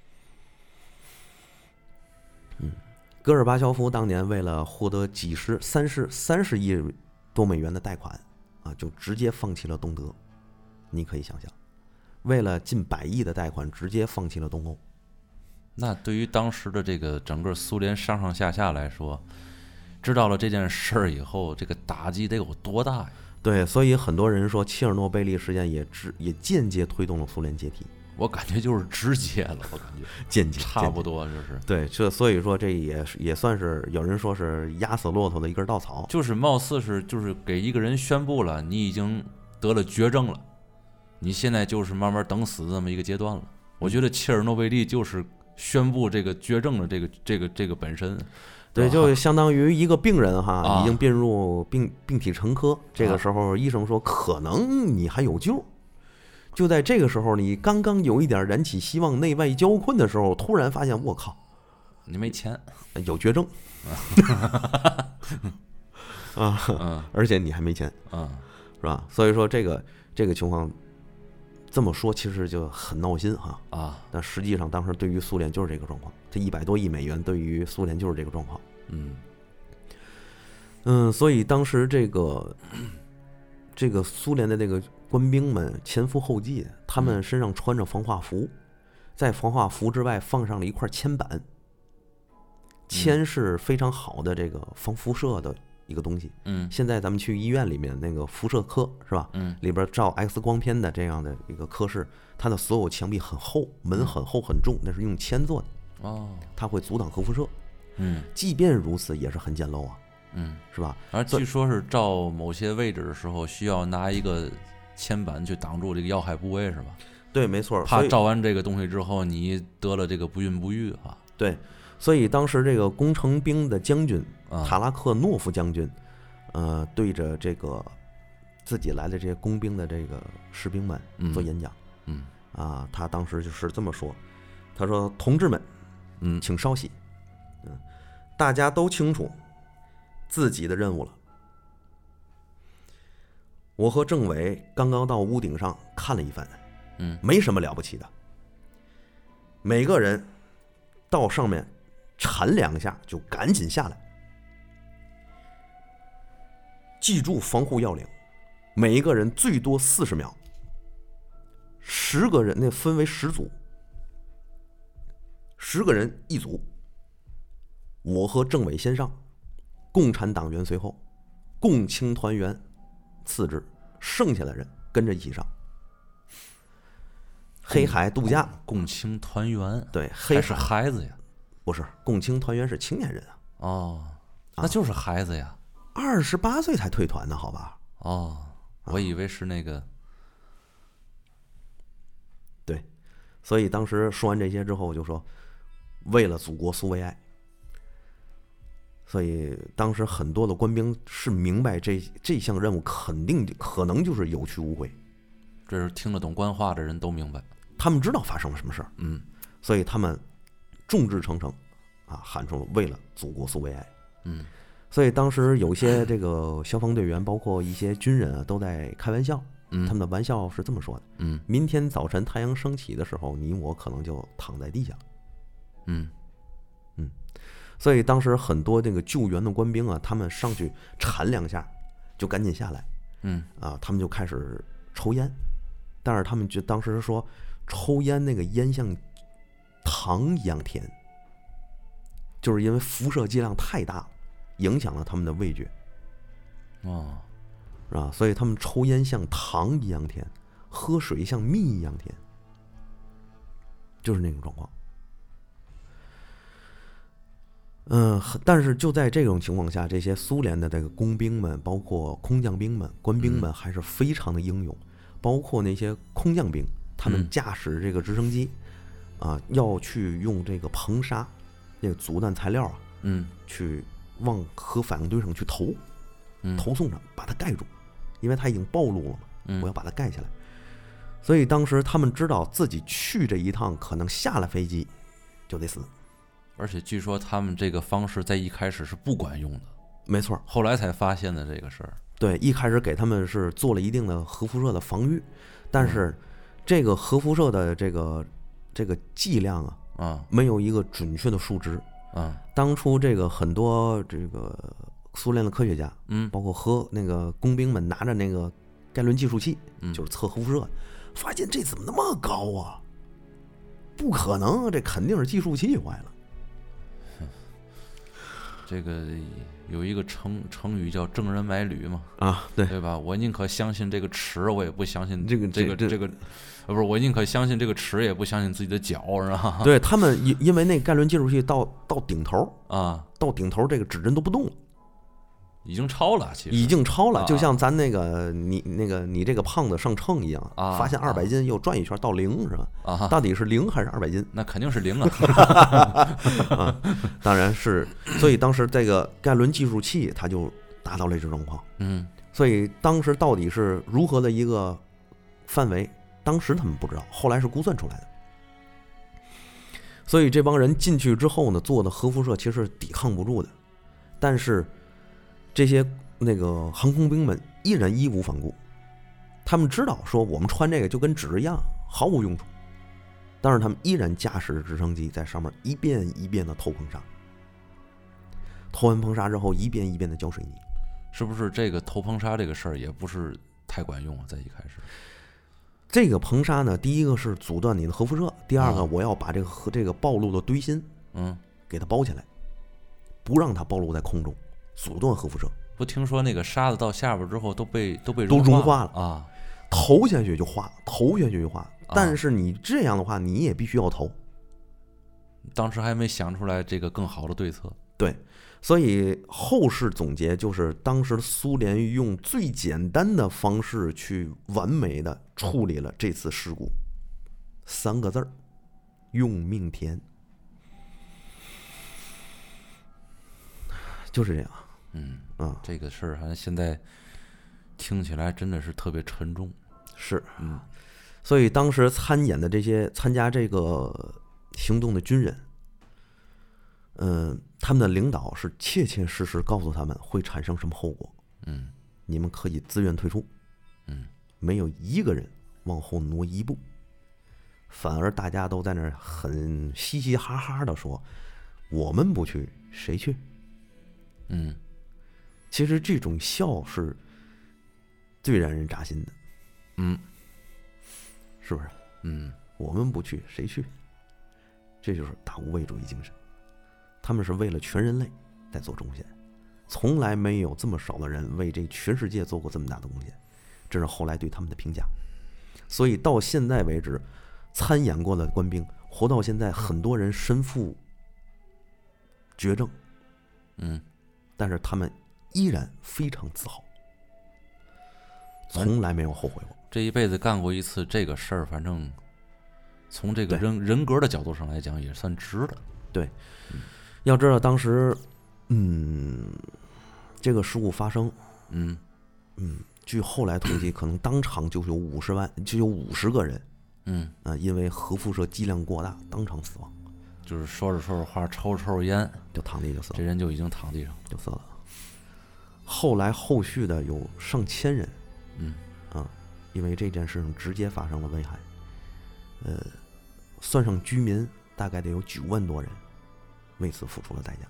Speaker 2: 嗯，戈尔巴乔夫当年为了获得几十、三十、三十亿多美元的贷款啊，就直接放弃了东德。你可以想象。为了近百亿的贷款，直接放弃了东欧。
Speaker 1: 那对于当时的这个整个苏联上上下下来说，知道了这件事儿以后，这个打击得有多大呀？
Speaker 2: 对，所以很多人说切尔诺贝利事件也直也间接推动了苏联解体。
Speaker 1: 我感觉就是直接了，我感觉
Speaker 2: 间接
Speaker 1: 差不多就是。
Speaker 2: 对，这所以说这也是也算是有人说是压死骆驼的一根稻草，
Speaker 1: 就是貌似是就是给一个人宣布了你已经得了绝症了。你现在就是慢慢等死这么一个阶段了。我觉得切尔诺贝利就是宣布这个绝症的这个这个这个本身，
Speaker 2: 对，就相当于一个病人哈，
Speaker 1: 啊、
Speaker 2: 已经病入病病体陈疴，这个时候医生说可能你还有救。就在这个时候，你刚刚有一点燃起希望、内外交困的时候，突然发现我靠，
Speaker 1: 你没钱，
Speaker 2: 有绝症啊，
Speaker 1: 嗯，
Speaker 2: 而且你还没钱，
Speaker 1: 嗯，
Speaker 2: 是吧？所以说这个这个情况。这么说其实就很闹心哈
Speaker 1: 啊！
Speaker 2: 但实际上当时对于苏联就是这个状况，这一百多亿美元对于苏联就是这个状况。
Speaker 1: 嗯
Speaker 2: 嗯，所以当时这个这个苏联的这个官兵们前赴后继，他们身上穿着防化服，在防化服之外放上了一块铅板。铅是非常好的这个防辐射的一个东西。
Speaker 1: 嗯，
Speaker 2: 现在咱们去医院里面那个辐射科是吧？
Speaker 1: 嗯，
Speaker 2: 里边照 X 光片的这样的一个科室，它的所有墙壁很厚，门很厚很重，那是用铅做的。
Speaker 1: 哦，
Speaker 2: 它会阻挡核辐射。
Speaker 1: 嗯，
Speaker 2: 即便如此，也是很简陋啊。
Speaker 1: 嗯，
Speaker 2: 是吧？
Speaker 1: 而据说是照某些位置的时候，需要拿一个铅板去挡住这个要害部位，是吧？
Speaker 2: 对，没错。
Speaker 1: 怕照完这个东西之后，你得了这个不孕不育啊。
Speaker 2: 对。所以当时这个工程兵的将军
Speaker 1: 啊
Speaker 2: 塔拉克诺夫将军，呃，对着这个自己来的这些工兵的这个士兵们做演讲。
Speaker 1: 嗯，
Speaker 2: 啊，他当时就是这么说，他说：“同志们，
Speaker 1: 嗯，
Speaker 2: 请稍息，嗯，大家都清楚自己的任务了。我和政委刚刚到屋顶上看了一番，
Speaker 1: 嗯，
Speaker 2: 没什么了不起的，每个人到上面。”铲两下就赶紧下来，记住防护要领，每一个人最多四十秒，十个人那分为十组，十个人一组。我和政委先上，共产党员随后，共青团员次之，剩下的人跟着一起上。黑海度假，
Speaker 1: 共青团员，
Speaker 2: 对，黑海
Speaker 1: 是孩子呀。
Speaker 2: 不是，共青团员是青年人啊！
Speaker 1: 哦，那就是孩子呀，
Speaker 2: 二十八岁才退团呢，好吧？
Speaker 1: 哦，我以为是那个。
Speaker 2: 对，所以当时说完这些之后，就说为了祖国苏维埃。所以当时很多的官兵是明白这这项任务肯定可能就是有去无回。
Speaker 1: 这是听得懂官话的人都明白，
Speaker 2: 他们知道发生了什么事儿。
Speaker 1: 嗯，
Speaker 2: 所以他们。众志成城，啊，喊出了为了祖国苏维埃。
Speaker 1: 嗯，
Speaker 2: 所以当时有些这个消防队员，包括一些军人啊，都在开玩笑。
Speaker 1: 嗯，
Speaker 2: 他们的玩笑是这么说的：
Speaker 1: 嗯，
Speaker 2: 明天早晨太阳升起的时候，你我可能就躺在地下了。
Speaker 1: 嗯
Speaker 2: 嗯，所以当时很多这个救援的官兵啊，他们上去铲两下，就赶紧下来。
Speaker 1: 嗯，
Speaker 2: 啊，他们就开始抽烟。 但是他们就当时说，抽烟那个烟像糖一样甜，就是因为辐射剂量太大了，影响了他们的味觉。
Speaker 1: 哦，
Speaker 2: 是吧？所以他们抽烟像糖一样甜，喝水像蜜一样甜，就是那种状况。嗯，但是就在这种情况下，这些苏联的这个工兵们，包括空降兵们、官兵们，还是非常的英勇。包括那些空降兵，他们驾驶这个直升机，啊，要去用这个硼砂，这个阻断材料啊，
Speaker 1: 嗯，
Speaker 2: 去往核反应堆上去投，
Speaker 1: 嗯，
Speaker 2: 投送上，把它盖住，因为它已经暴露了嘛，
Speaker 1: 嗯，
Speaker 2: 我要把它盖起来。所以当时他们知道自己去这一趟，可能下了飞机就得死。
Speaker 1: 而且据说他们这个方式在一开始是不管用的，
Speaker 2: 没错，
Speaker 1: 后来才发现的这个事儿。
Speaker 2: 对，一开始给他们是做了一定的核辐射的防御，但是这个核辐射的这个这个剂量啊，
Speaker 1: 啊，
Speaker 2: 没有一个准确的数值。
Speaker 1: 啊，
Speaker 2: 当初这个很多这个苏联的科学家，
Speaker 1: 嗯，
Speaker 2: 包括核那个工兵们拿着那个概论计数器，
Speaker 1: 嗯，
Speaker 2: 就是测核辐射，发现这怎么那么高啊？不可能，这肯定是计数器坏了。
Speaker 1: 这个有一个成成语叫郑人买履嘛，
Speaker 2: 啊，对
Speaker 1: 对吧？我宁可相信这个尺，我也不相信
Speaker 2: 这个
Speaker 1: 这个
Speaker 2: 这
Speaker 1: 这个，呃，不是，我宁可相信这个尺，也不相信自己的脚，是吧？
Speaker 2: 对他们因因为那概论计数器到到顶头
Speaker 1: 啊，
Speaker 2: 到顶头这个指针都不动了。
Speaker 1: 已经超了，其实
Speaker 2: 已经超了，
Speaker 1: 啊
Speaker 2: 就像咱那个你那个你这个胖子上秤一样，
Speaker 1: 啊
Speaker 2: 发现二百斤又转一圈到零是吧？
Speaker 1: 啊，
Speaker 2: 到底是零还是二百斤？
Speaker 1: 那肯定是零啊！
Speaker 2: 啊，当然是，所以当时这个概论计数器它就达到了这种状况。
Speaker 1: 嗯，
Speaker 2: 所以当时到底是如何的一个范围，当时他们不知道，后来是估算出来的。所以这帮人进去之后呢，做的核辐射其实是抵抗不住的，但是这些那个航空兵们依然义无反顾，他们知道说我们穿这个就跟纸一样，毫无用处，但是他们依然驾驶着直升机在上面一遍一遍的投硼砂，投完硼砂之后一遍一遍的浇水泥。
Speaker 1: 是不是这个投硼砂这个事儿也不是太管用啊？在一开始，
Speaker 2: 这个硼砂呢，第一个是阻断你的核辐射，第二个
Speaker 1: 啊
Speaker 2: 我要把这个核这个暴露的堆芯，
Speaker 1: 嗯，
Speaker 2: 给它包起来，不让它暴露在空中，阻断核辐射。
Speaker 1: 不听说那个沙子到下边之后都被都被
Speaker 2: 都融化了
Speaker 1: 啊，
Speaker 2: 投下去就化，投下去就化。
Speaker 1: 啊
Speaker 2: 但是你这样的话，你也必须要投。
Speaker 1: 当时还没想出来这个更好的对策。
Speaker 2: 对，所以后世总结就是，当时苏联用最简单的方式去完美的处理了这次事故，三个字儿：用命甜。就是这样。
Speaker 1: 嗯
Speaker 2: 啊，
Speaker 1: 这个事儿，好像现在听起来真的是特别沉重。
Speaker 2: 是，
Speaker 1: 嗯，
Speaker 2: 所以当时参演的这些参加这个行动的军人，嗯，他们的领导是切切实实告诉他们会产生什么后果。
Speaker 1: 嗯，
Speaker 2: 你们可以自愿退出。
Speaker 1: 嗯，
Speaker 2: 没有一个人往后挪一步，反而大家都在那儿很嘻嘻哈哈的说：“我们不去，谁去？”
Speaker 1: 嗯，
Speaker 2: 其实这种笑是最让人扎心的。
Speaker 1: 嗯，
Speaker 2: 是不是？
Speaker 1: 嗯，
Speaker 2: 我们不去，谁去？这就是大无畏主义精神。他们是为了全人类在做贡献，从来没有这么少的人为这全世界做过这么大的贡献，这是后来对他们的评价。所以到现在为止，参演过的官兵活到现在，很多人身负绝症，
Speaker 1: 嗯，
Speaker 2: 但是他们依然非常自豪，从来没有后悔过。
Speaker 1: 这一辈子干过一次这个事儿，反正从这个
Speaker 2: 对
Speaker 1: 人人格的角度上来讲，也算值的。
Speaker 2: 对，要知道当时，嗯，这个事故发生，
Speaker 1: 嗯
Speaker 2: 嗯，据后来统计，可能当场就有五十万，就有五十个人，
Speaker 1: 嗯，
Speaker 2: 啊、因为核辐射剂量过大，当场死亡，
Speaker 1: 就是说着说着话，抽着抽着烟，
Speaker 2: 就躺地就死了，
Speaker 1: 这人就已经躺地上。
Speaker 2: 就死了。后来后续的有上千人，
Speaker 1: 嗯
Speaker 2: 啊，因为这件事情直接发生了危害，呃，算上居民，大概得有九万多人为此付出了代价。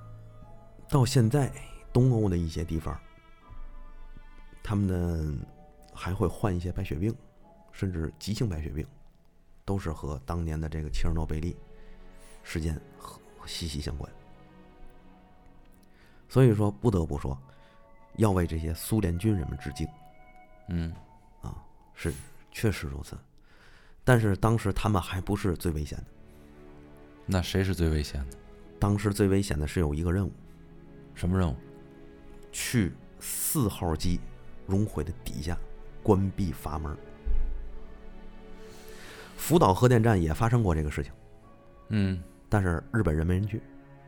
Speaker 2: 到现在，东欧的一些地方，他们的还会患一些白血病，甚至急性白血病，都是和当年的这个切尔诺贝利事件息息相关。所以说，不得不说，要为这些苏联军人们致敬。
Speaker 1: 嗯，
Speaker 2: 啊，是确实如此。但是当时他们还不是最危险的。
Speaker 1: 那谁是最危险的？
Speaker 2: 当时最危险的是有一个任务。
Speaker 1: 什么任务？
Speaker 2: 去四号机熔毁的底下关闭阀门。福岛核电站也发生过这个事情。
Speaker 1: 嗯，
Speaker 2: 但是日本人没人去。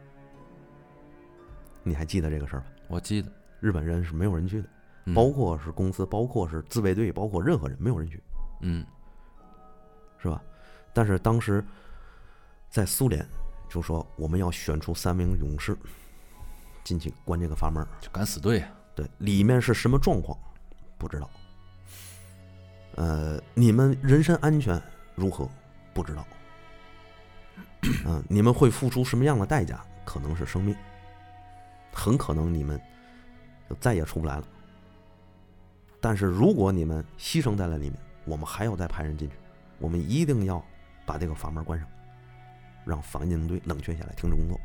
Speaker 2: 你还记得这个事儿吧？
Speaker 1: 我记得，
Speaker 2: 日本人是没有人去的，
Speaker 1: 嗯、
Speaker 2: 包括是公司，包括是自卫队，包括任何人，没有人去。
Speaker 1: 嗯，
Speaker 2: 是吧？但是当时在苏联就说我们要选出三名勇士进去关这个阀门，
Speaker 1: 就敢死队啊。
Speaker 2: 对，里面是什么状况不知道。呃，你们人身安全如何不知道。嗯、呃，你们会付出什么样的代价？可能是生命，很可能你们就再也出不来了。但是如果你们牺牲在了里面，我们还要再派人进去，我们一定要把这个阀门关上，让反应堆冷却下来，停止工作。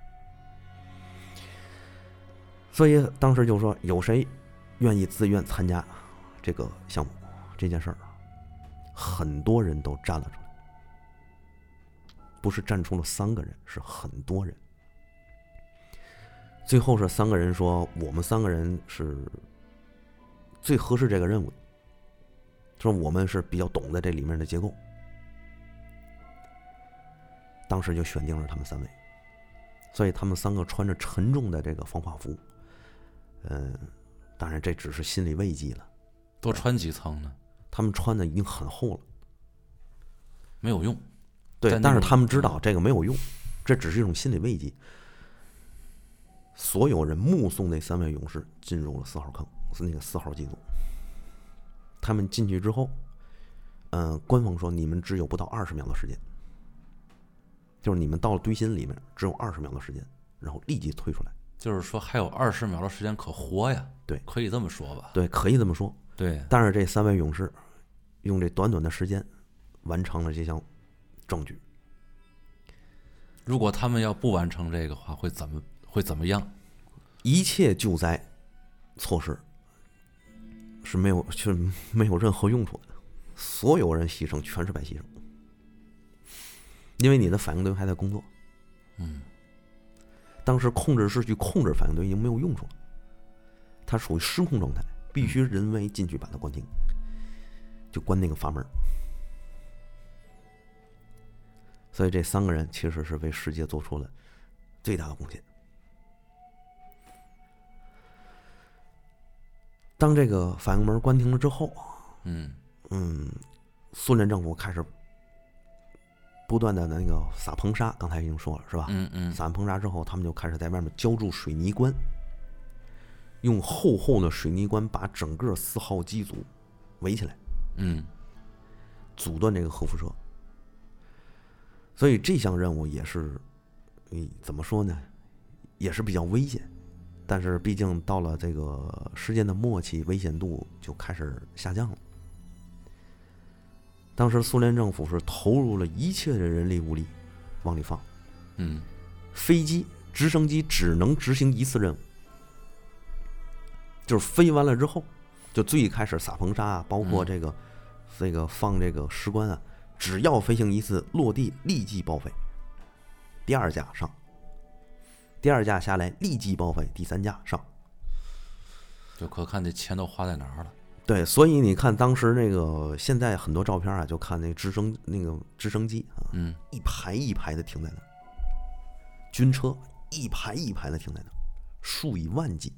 Speaker 2: 所以当时就说，有谁愿意自愿参加这个项目这件事儿，很多人都站了出来，不是站出了三个人，是很多人。最后是三个人说，我们三个人是最合适这个任务的，说我们是比较懂得这里面的结构。当时就选定了他们三位，所以他们三个穿着沉重的这个防化服，嗯、呃，当然这只是心理慰藉了。
Speaker 1: 多穿几层呢？
Speaker 2: 他们穿的已经很厚了，
Speaker 1: 没有用。
Speaker 2: 对，但是他们知道这个没有用，这只是一种心理慰藉。所有人目送那三位勇士进入了四号坑，是那个四号机组。他们进去之后，嗯、呃，官方说你们只有不到二十秒的时间，就是你们到了堆芯里面只有二十秒的时间，然后立即退出来。
Speaker 1: 就是说还有二十秒的时间可活呀？
Speaker 2: 对，
Speaker 1: 可以这么说吧？
Speaker 2: 对，可以这么说。
Speaker 1: 对，
Speaker 2: 但是这三位勇士用这短短的时间完成了这项证据。
Speaker 1: 如果他们要不完成这个话，会怎么会怎么样？
Speaker 2: 一切救灾措施是没有是没有任何用处的，所有人牺牲全是白牺牲，因为你的反应堆还在工作。
Speaker 1: 嗯，
Speaker 2: 当时控制室去控制反应堆已经没有用处了，它属于失控状态，必须人为进去把它关停，就关那个阀门。所以这三个人其实是为世界做出了最大的贡献。当这个反应门关停了之后，
Speaker 1: 嗯
Speaker 2: 嗯，苏联政府开始不断的那个撒硼砂，刚才已经说了是吧？
Speaker 1: 嗯嗯，
Speaker 2: 撒完硼砂之后，他们就开始在外面浇筑水泥棺，用厚厚的水泥棺把整个四号机组围起来，
Speaker 1: 嗯，
Speaker 2: 阻断这个核辐射。所以这项任务也是，嗯，怎么说呢，也是比较危险。但是毕竟到了这个时间的末期，危险度就开始下降了。当时苏联政府是投入了一切的人力物力往里放，
Speaker 1: 嗯，
Speaker 2: 飞机、直升机只能执行一次任务，就是飞完了之后，就最开始撒硼砂啊，包括这个、嗯、这个放这个石棺啊，只要飞行一次落地立即报废，第二架上。第二架下来立即报废，第三架上，
Speaker 1: 就可看这钱都花在哪儿了。
Speaker 2: 对，所以你看当时那个现在很多照片啊，就看那直升那个直升机啊，
Speaker 1: 嗯，
Speaker 2: 一排一排的停在那儿，军车一排一排的停在那儿，数以万计。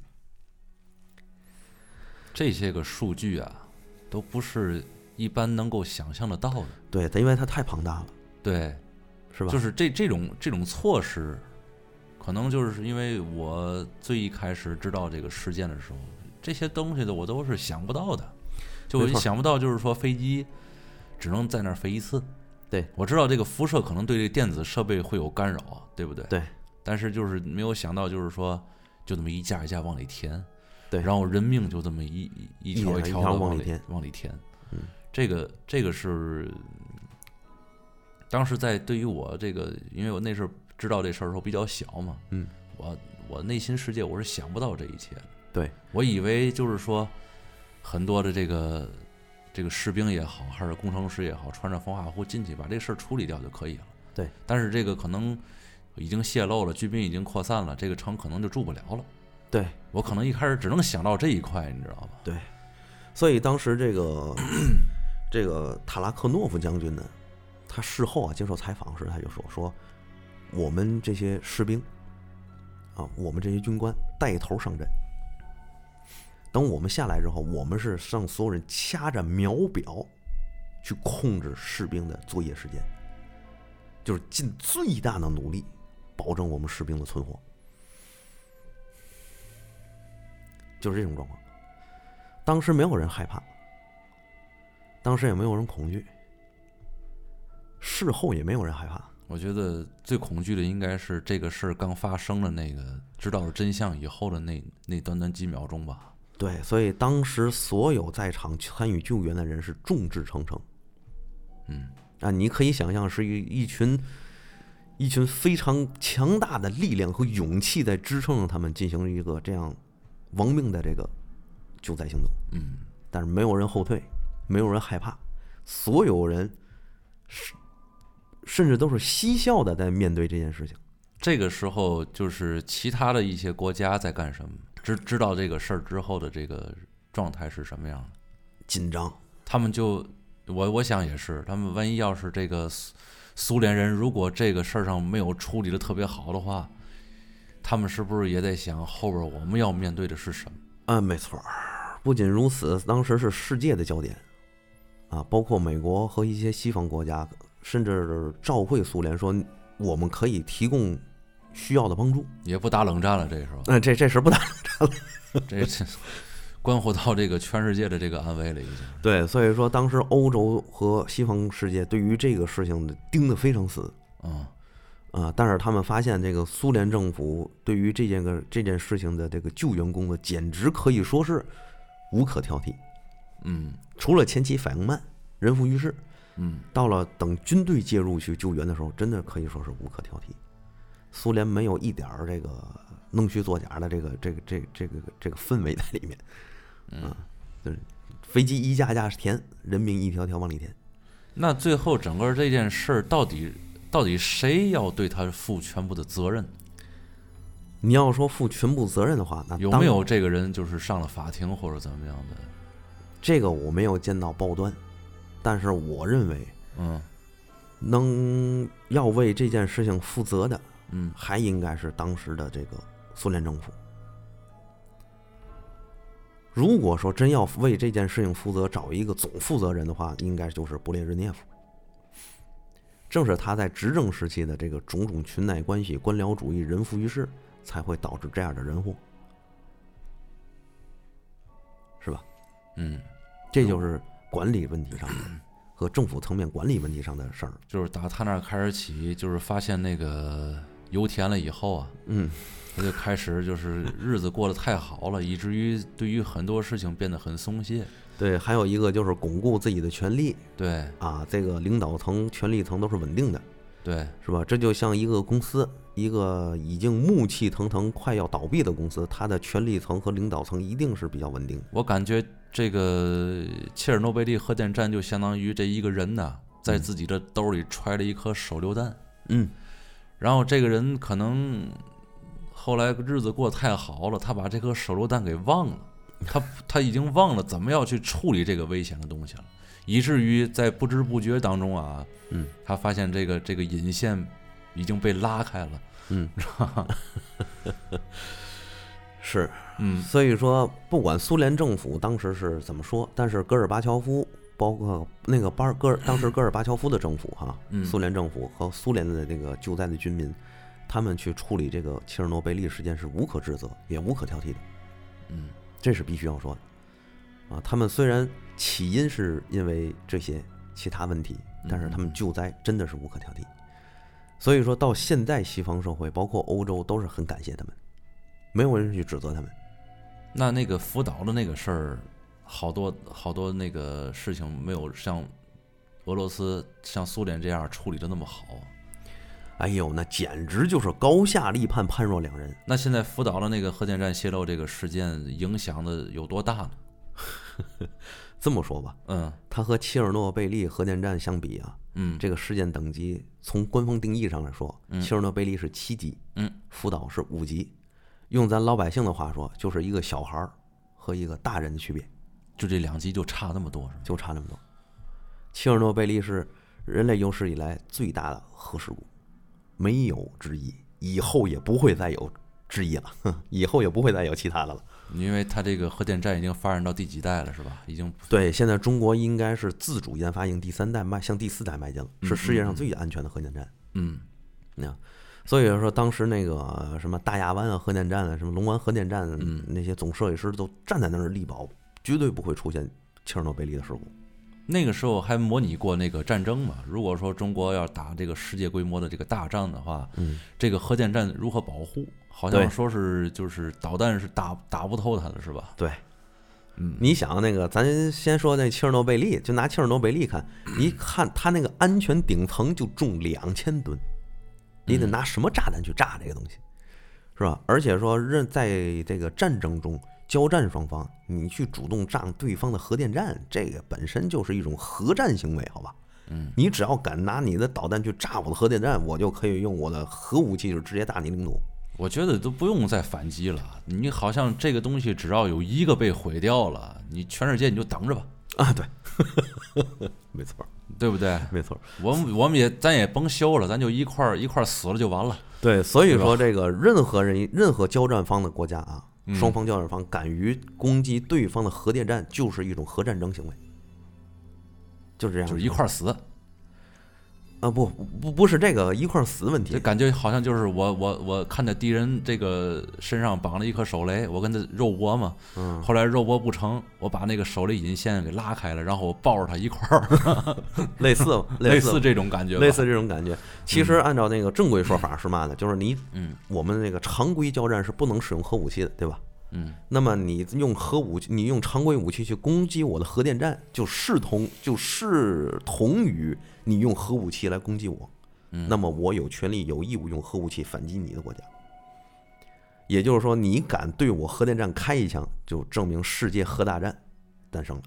Speaker 1: 这些个数据啊，都不是一般能够想象得到的。
Speaker 2: 对，因为它太庞大了。
Speaker 1: 对，
Speaker 2: 是吧？
Speaker 1: 就是这这种这种措施。可能就是因为我最一开始知道这个事件的时候，这些东西的我都是想不到的，就我想不到，就是说飞机只能在那儿飞一次。
Speaker 2: 对，
Speaker 1: 我知道这个辐射可能对这个电子设备会有干扰，对不对？
Speaker 2: 对。
Speaker 1: 但是就是没有想到，就是说就那么一架一架往里填，
Speaker 2: 对，
Speaker 1: 然后人命就这么一一条
Speaker 2: 一
Speaker 1: 条的往
Speaker 2: 里填，
Speaker 1: 往里填。
Speaker 2: 嗯，
Speaker 1: 这个这个是当时在对于我这个，因为我那时候知道这事儿的时候比较小嘛，
Speaker 2: 嗯，
Speaker 1: 我我内心世界我是想不到这一切的。
Speaker 2: 对，
Speaker 1: 我以为就是说很多的这个这个士兵也好，还是工程师也好，穿着防化服进去把这事儿处理掉就可以了。
Speaker 2: 对，
Speaker 1: 但是这个可能已经泄露了，军兵已经扩散了，这个城可能就住不了了。
Speaker 2: 对，
Speaker 1: 我可能一开始只能想到这一块，你知道吧？
Speaker 2: 对，所以当时这个这个塔拉克诺夫将军呢，他事后啊接受采访时他就说说我们这些士兵啊，我们这些军官带头上阵，等我们下来之后，我们是让所有人掐着秒表去控制士兵的作业时间，就是尽最大的努力保证我们士兵的存活，就是这种状况。当时没有人害怕，当时也没有人恐惧，事后也没有人害怕。
Speaker 1: 我觉得最恐惧的应该是这个事儿刚发生的那个知道了真相以后的那那短短几秒钟吧。
Speaker 2: 对，所以当时所有在场参与救援的人是众志成城。
Speaker 1: 嗯，
Speaker 2: 啊，你可以想象是一一群一群非常强大的力量和勇气在支撑着他们进行一个这样亡命的这个救灾行动。
Speaker 1: 嗯，
Speaker 2: 但是没有人后退，没有人害怕，所有人甚至都是嬉笑的在面对这件事情。
Speaker 1: 这个时候就是其他的一些国家在干什么？知知道这个事儿之后的这个状态是什么样的？
Speaker 2: 紧张。
Speaker 1: 他们就我我想也是，他们万一要是这个苏苏联人如果这个事儿上没有处理的特别好的话，他们是不是也在想后边我们要面对的是什么？
Speaker 2: 嗯，没错。不仅如此，当时是世界的焦点啊，包括美国和一些西方国家，甚至召会苏联说我们可以提供需要的帮助，
Speaker 1: 也不打冷战了。这时候，
Speaker 2: 嗯，这这时不打冷战了，
Speaker 1: 这这关乎到这个全世界的这个安危了，已经。
Speaker 2: 对，所以说当时欧洲和西方世界对于这个事情盯得非常死，
Speaker 1: 嗯
Speaker 2: 啊，但是他们发现这个苏联政府对于这件个这件事情的这个救援工作，简直可以说是无可挑剔。
Speaker 1: 嗯，
Speaker 2: 除了前期反应慢，人浮于事，
Speaker 1: 嗯，
Speaker 2: 到了等军队介入去救援的时候，真的可以说是无可挑剔。苏联没有一点儿这个弄虚作假的这个这个这个这个这个氛围在里面，啊，就是飞机一架架填，人命一条条往里填。
Speaker 1: 那最后整个这件事儿到底到底谁要对他负全部的责任？
Speaker 2: 你要说负全部责任的话，那
Speaker 1: 有没有这个人就是上了法庭或者怎么样的？
Speaker 2: 这个我没有见到报端，但是我认为，
Speaker 1: 嗯，
Speaker 2: 能要为这件事情负责的，
Speaker 1: 嗯，
Speaker 2: 还应该是当时的这个苏联政府。如果说真要为这件事情负责，找一个总负责人的话，应该就是勃列日涅夫。正是他在执政时期的这个种种裙带关系、官僚主义、人浮于事，才会导致这样的人祸，是吧？
Speaker 1: 嗯，
Speaker 2: 这就是管理问题上的和政府层面管理问题上的事儿。
Speaker 1: 就是打他那儿开始起，就是发现那个油田了以后啊，
Speaker 2: 嗯，
Speaker 1: 他就开始就是日子过得太好了，以至于对于很多事情变得很松懈。
Speaker 2: 对，还有一个就是巩固自己的权力。
Speaker 1: 对
Speaker 2: 啊，这个领导层、权力层都是稳定的，
Speaker 1: 对，
Speaker 2: 是吧？这就像一个公司，一个已经暮气腾腾、快要倒闭的公司，它的权力层和领导层一定是比较稳定的。
Speaker 1: 我感觉这个切尔诺贝利核电站就相当于这一个人呢，在自己的兜里揣了一颗手榴弹，
Speaker 2: 嗯，
Speaker 1: 然后这个人可能后来日子过得太好了，他把这颗手榴弹给忘了。他他已经忘了怎么样去处理这个危险的东西了，以至于在不知不觉当中啊，
Speaker 2: 嗯，
Speaker 1: 他发现这个这个引线已经被拉开了，
Speaker 2: 嗯，是，
Speaker 1: 嗯，
Speaker 2: 所以说不管苏联政府当时是怎么说，但是戈尔巴乔夫，包括那个巴尔戈尔当时戈尔巴乔夫的政府哈，
Speaker 1: 嗯，
Speaker 2: 苏联政府和苏联的那个救灾的军民，他们去处理这个切尔诺贝利事件是无可指责也无可挑剔的，
Speaker 1: 嗯。
Speaker 2: 这是必须要说的，啊，他们虽然起因是因为这些其他问题，但是他们救灾真的是无可挑剔。所以说到现在，西方社会包括欧洲都是很感谢他们，没有人去指责他们，
Speaker 1: 那那个福岛的那个事儿，好多好多那个事情没有像俄罗斯、像苏联这样处理的那么好。
Speaker 2: 哎呦，那简直就是高下立判，判若两人。
Speaker 1: 那现在福岛的那个核电站泄漏这个事件影响的有多大呢？
Speaker 2: 这么说吧，
Speaker 1: 嗯，
Speaker 2: 它和切尔诺贝利核电站相比啊，
Speaker 1: 嗯，
Speaker 2: 这个事件等级从官方定义上来说，
Speaker 1: 嗯
Speaker 2: 切尔诺贝利是七级，
Speaker 1: 嗯，
Speaker 2: 福岛是五级。用咱老百姓的话说，就是一个小孩和一个大人的区别，
Speaker 1: 就这两级就差那么多，是吗？
Speaker 2: 就差那么多。切尔诺贝利是人类有史以来最大的核事故，没有之一，以后也不会再有之一了，以后也不会再有其他的了。
Speaker 1: 因为它这个核电站已经发展到第几代了，是吧？已经
Speaker 2: 对，现在中国应该是自主研发，应第三代迈向第四代迈进了，是世界上最安全的核电站。
Speaker 1: 嗯，
Speaker 2: 那所以说当时那个什么大亚湾啊核电站啊，什么龙湾核电站，
Speaker 1: 嗯
Speaker 2: 那些总设计师都站在那儿力保，绝对不会出现切尔诺贝利的事故。
Speaker 1: 那个时候还模拟过那个战争嘛。如果说中国要打这个世界规模的这个大战的话，
Speaker 2: 嗯，
Speaker 1: 这个核电站如何保护？好像说是就是导弹是打打不透它的，是吧？
Speaker 2: 对，
Speaker 1: 嗯，
Speaker 2: 你想那个，咱先说那切尔诺贝利，就拿切尔诺贝利看，你看它那个安全顶层就重两千吨，你得拿什么炸弹去炸这个东西，是吧？而且说任在这个战争中，交战双方，你去主动炸对方的核电站，这个本身就是一种核战行为，好吧？
Speaker 1: 嗯，
Speaker 2: 你只要敢拿你的导弹去炸我的核电站，我就可以用我的核武器就直接打你领土。
Speaker 1: 我觉得都不用再反击了。你好像这个东西只要有一个被毁掉了，你全世界你就等着吧。
Speaker 2: 啊，对，没错，
Speaker 1: 对不对？
Speaker 2: 没错。
Speaker 1: 我们我们也咱也甭修了，咱就一块儿一块儿死了就完了。
Speaker 2: 对，所以说这个任何人任何交战方的国家啊，
Speaker 1: 嗯
Speaker 2: 双方交战方敢于攻击对方的核电站，就是一种核战争行为，就是这样，
Speaker 1: 就是一块儿死。
Speaker 2: 啊，不不不是这个一块儿死的问题，
Speaker 1: 这感觉好像就是我我我看着敌人这个身上绑了一颗手雷，我跟他肉搏嘛，
Speaker 2: 嗯，
Speaker 1: 后来肉搏不成，我把那个手雷引线给拉开了，然后我抱着他一块儿，
Speaker 2: 类似
Speaker 1: 类
Speaker 2: 似
Speaker 1: 这种感觉吧，
Speaker 2: 类似这种感觉。其实按照那个正规说法是嘛呢？就是你，
Speaker 1: 嗯，
Speaker 2: 我们那个常规交战是不能使用核武器的，对吧？
Speaker 1: 嗯，
Speaker 2: 那么你用核武器，你用常规武器去攻击我的核电站，就视同就视同于你用核武器来攻击我。
Speaker 1: 嗯，
Speaker 2: 那么我有权利有义务用核武器反击你的国家。也就是说，你敢对我核电站开一枪，就证明世界核大战诞生了。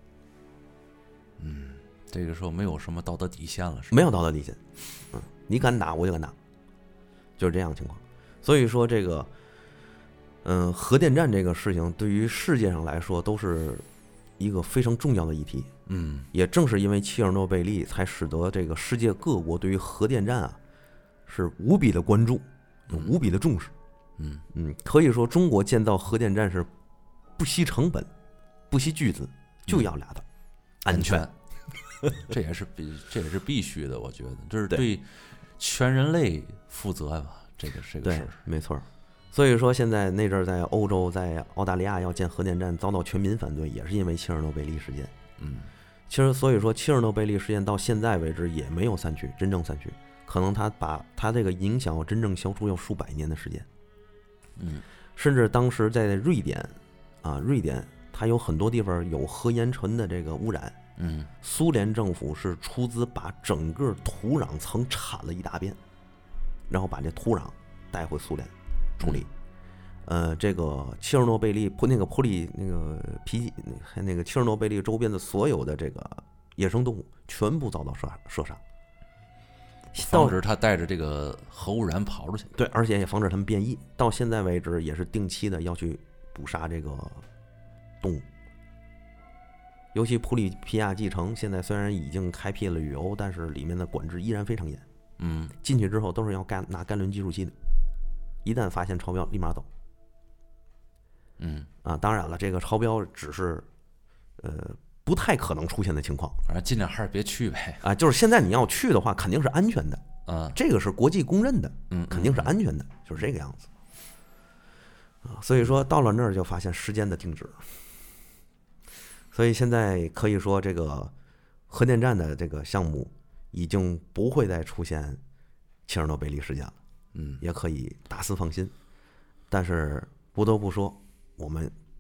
Speaker 1: 嗯，这个时候没有什么道德底线了，是吧？
Speaker 2: 没有道德底线。嗯，你敢打我就敢打，就是这样的情况。所以说这个，嗯，核电站这个事情对于世界上来说都是一个非常重要的议题。
Speaker 1: 嗯，
Speaker 2: 也正是因为切尔诺贝利，才使得这个世界各国对于核电站啊是无比的关注，无比的重视。
Speaker 1: 嗯
Speaker 2: 嗯，可以说中国建造核电站是不惜成本、不惜巨资，就要俩的安全。
Speaker 1: 这也是必这也是必须的，我觉得这是对全人类负责吧。这个这个事儿
Speaker 2: 没错。所以说现在那阵儿在欧洲，在澳大利亚要建核电站，遭到全民反对，也是因为切尔诺贝利事件。
Speaker 1: 嗯。
Speaker 2: 其实，所以说切尔诺贝利事件到现在为止也没有散去，真正散去，可能它把它这个影响真正消除要数百年的时间。
Speaker 1: 嗯，
Speaker 2: 甚至当时在瑞典，啊，瑞典它有很多地方有核盐醇的这个污染。
Speaker 1: 嗯，
Speaker 2: 苏联政府是出资把整个土壤层铲了一大遍，然后把这土壤带回苏联处理。呃，这个切尔诺贝利那个普里那个皮那那个切尔诺贝利周边的所有的这个野生动物全部遭到射射杀，
Speaker 1: 防止它带着这个核污染跑出去。
Speaker 2: 对，而且也防止它们变异。到现在为止，也是定期的要去捕杀这个动物。尤其普里皮亚季城现在虽然已经开辟了旅游，但是里面的管制依然非常严。
Speaker 1: 嗯，
Speaker 2: 进去之后都是要干拿干轮计数器的，一旦发现超标，立马走。
Speaker 1: 嗯
Speaker 2: 啊，当然了，这个超标只是，呃，不太可能出现的情况。
Speaker 1: 反正尽量还是别去呗。
Speaker 2: 啊，就是现在你要去的话，肯定是安全的。
Speaker 1: 嗯，
Speaker 2: 这个是国际公认的。
Speaker 1: 嗯，
Speaker 2: 肯定是安全的，就是这个样子。啊，所以说到了那儿就发现时间的停止。所以现在可以说，这个核电站的这个项目已经不会再出现切尔诺贝利事件了。
Speaker 1: 嗯，
Speaker 2: 也可以大肆放心。但是不得不说，我们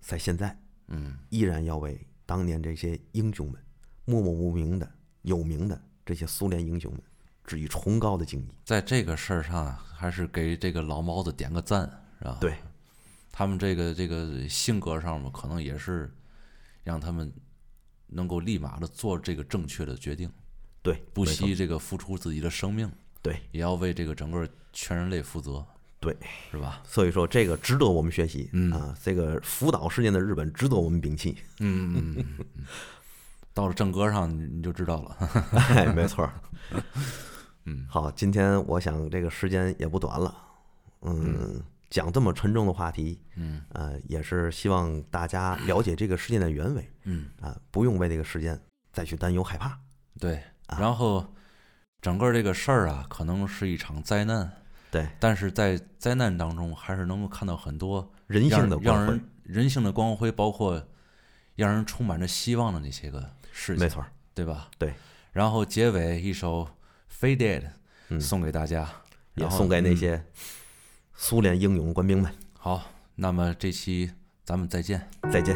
Speaker 2: 在现在，
Speaker 1: 嗯，
Speaker 2: 依然要为当年这些英雄们，默默无名的、有名的这些苏联英雄们致以崇高的敬意。
Speaker 1: 在这个事儿上，还是给这个老毛子点个赞，是吧？
Speaker 2: 对，
Speaker 1: 他们这个这个性格上面，可能也是让他们能够立马的做这个正确的决定，
Speaker 2: 对，
Speaker 1: 不
Speaker 2: 没错
Speaker 1: 惜这个付出自己的生命，
Speaker 2: 对，
Speaker 1: 也要为这个整个全人类负责，
Speaker 2: 对，
Speaker 1: 是吧？
Speaker 2: 所以说这个值得我们学习、
Speaker 1: 嗯
Speaker 2: 啊！这个福岛事件的日本值得我们摒弃。
Speaker 1: 嗯嗯嗯嗯，到了正歌上你你就知道了。
Speaker 2: 哎，没错儿。
Speaker 1: 嗯，
Speaker 2: 好，今天我想这个时间也不短了，嗯，讲这么沉重的话题，
Speaker 1: 嗯
Speaker 2: 呃，也是希望大家了解这个事件的原委
Speaker 1: 嗯，
Speaker 2: 啊、不用为这个事件再去担忧害怕。
Speaker 1: 对。
Speaker 2: 啊
Speaker 1: 然后整个这个事儿啊，可能是一场灾难，
Speaker 2: 对，
Speaker 1: 但是在灾难当中，还是能够看到很多
Speaker 2: 人性的光辉
Speaker 1: 让让人，人性的光辉，包括让人充满着希望的那些个事情，
Speaker 2: 没错儿，
Speaker 1: 对吧？
Speaker 2: 对。
Speaker 1: 然后结尾一首《Faded》
Speaker 2: 嗯
Speaker 1: 送给大家，然后
Speaker 2: 也送给那
Speaker 1: 嗯
Speaker 2: 些苏联英勇官兵们。
Speaker 1: 好，那么这期咱们再见。
Speaker 2: 再见。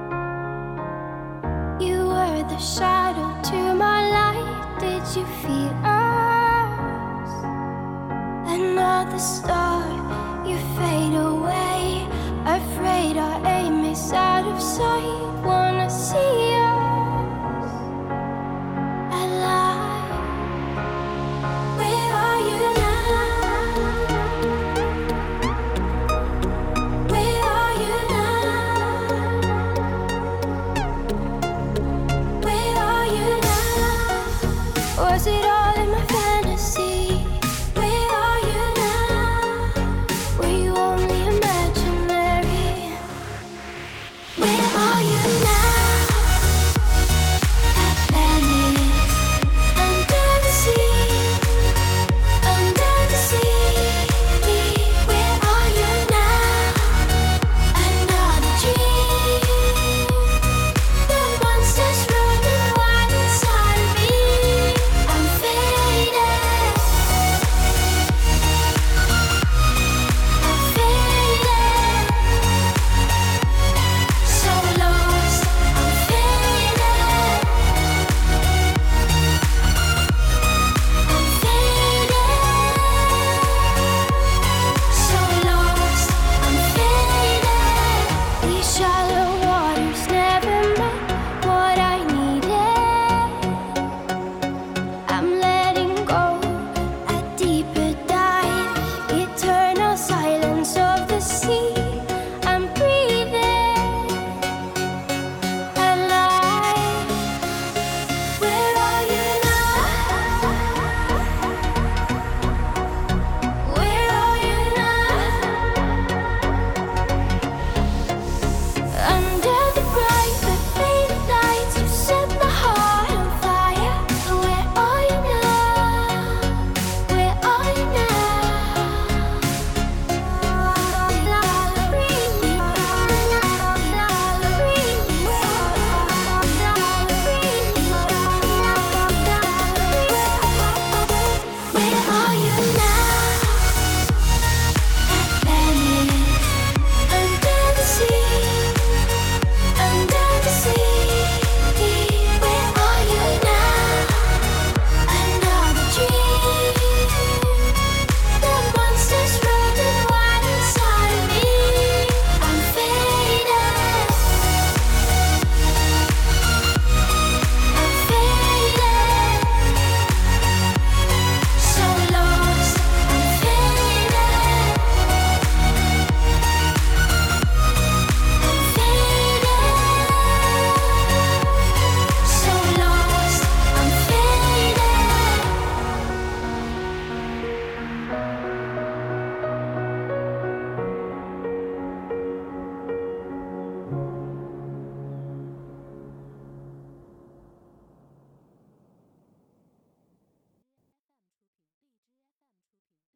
Speaker 3: You were the shadow to my light. Did you feel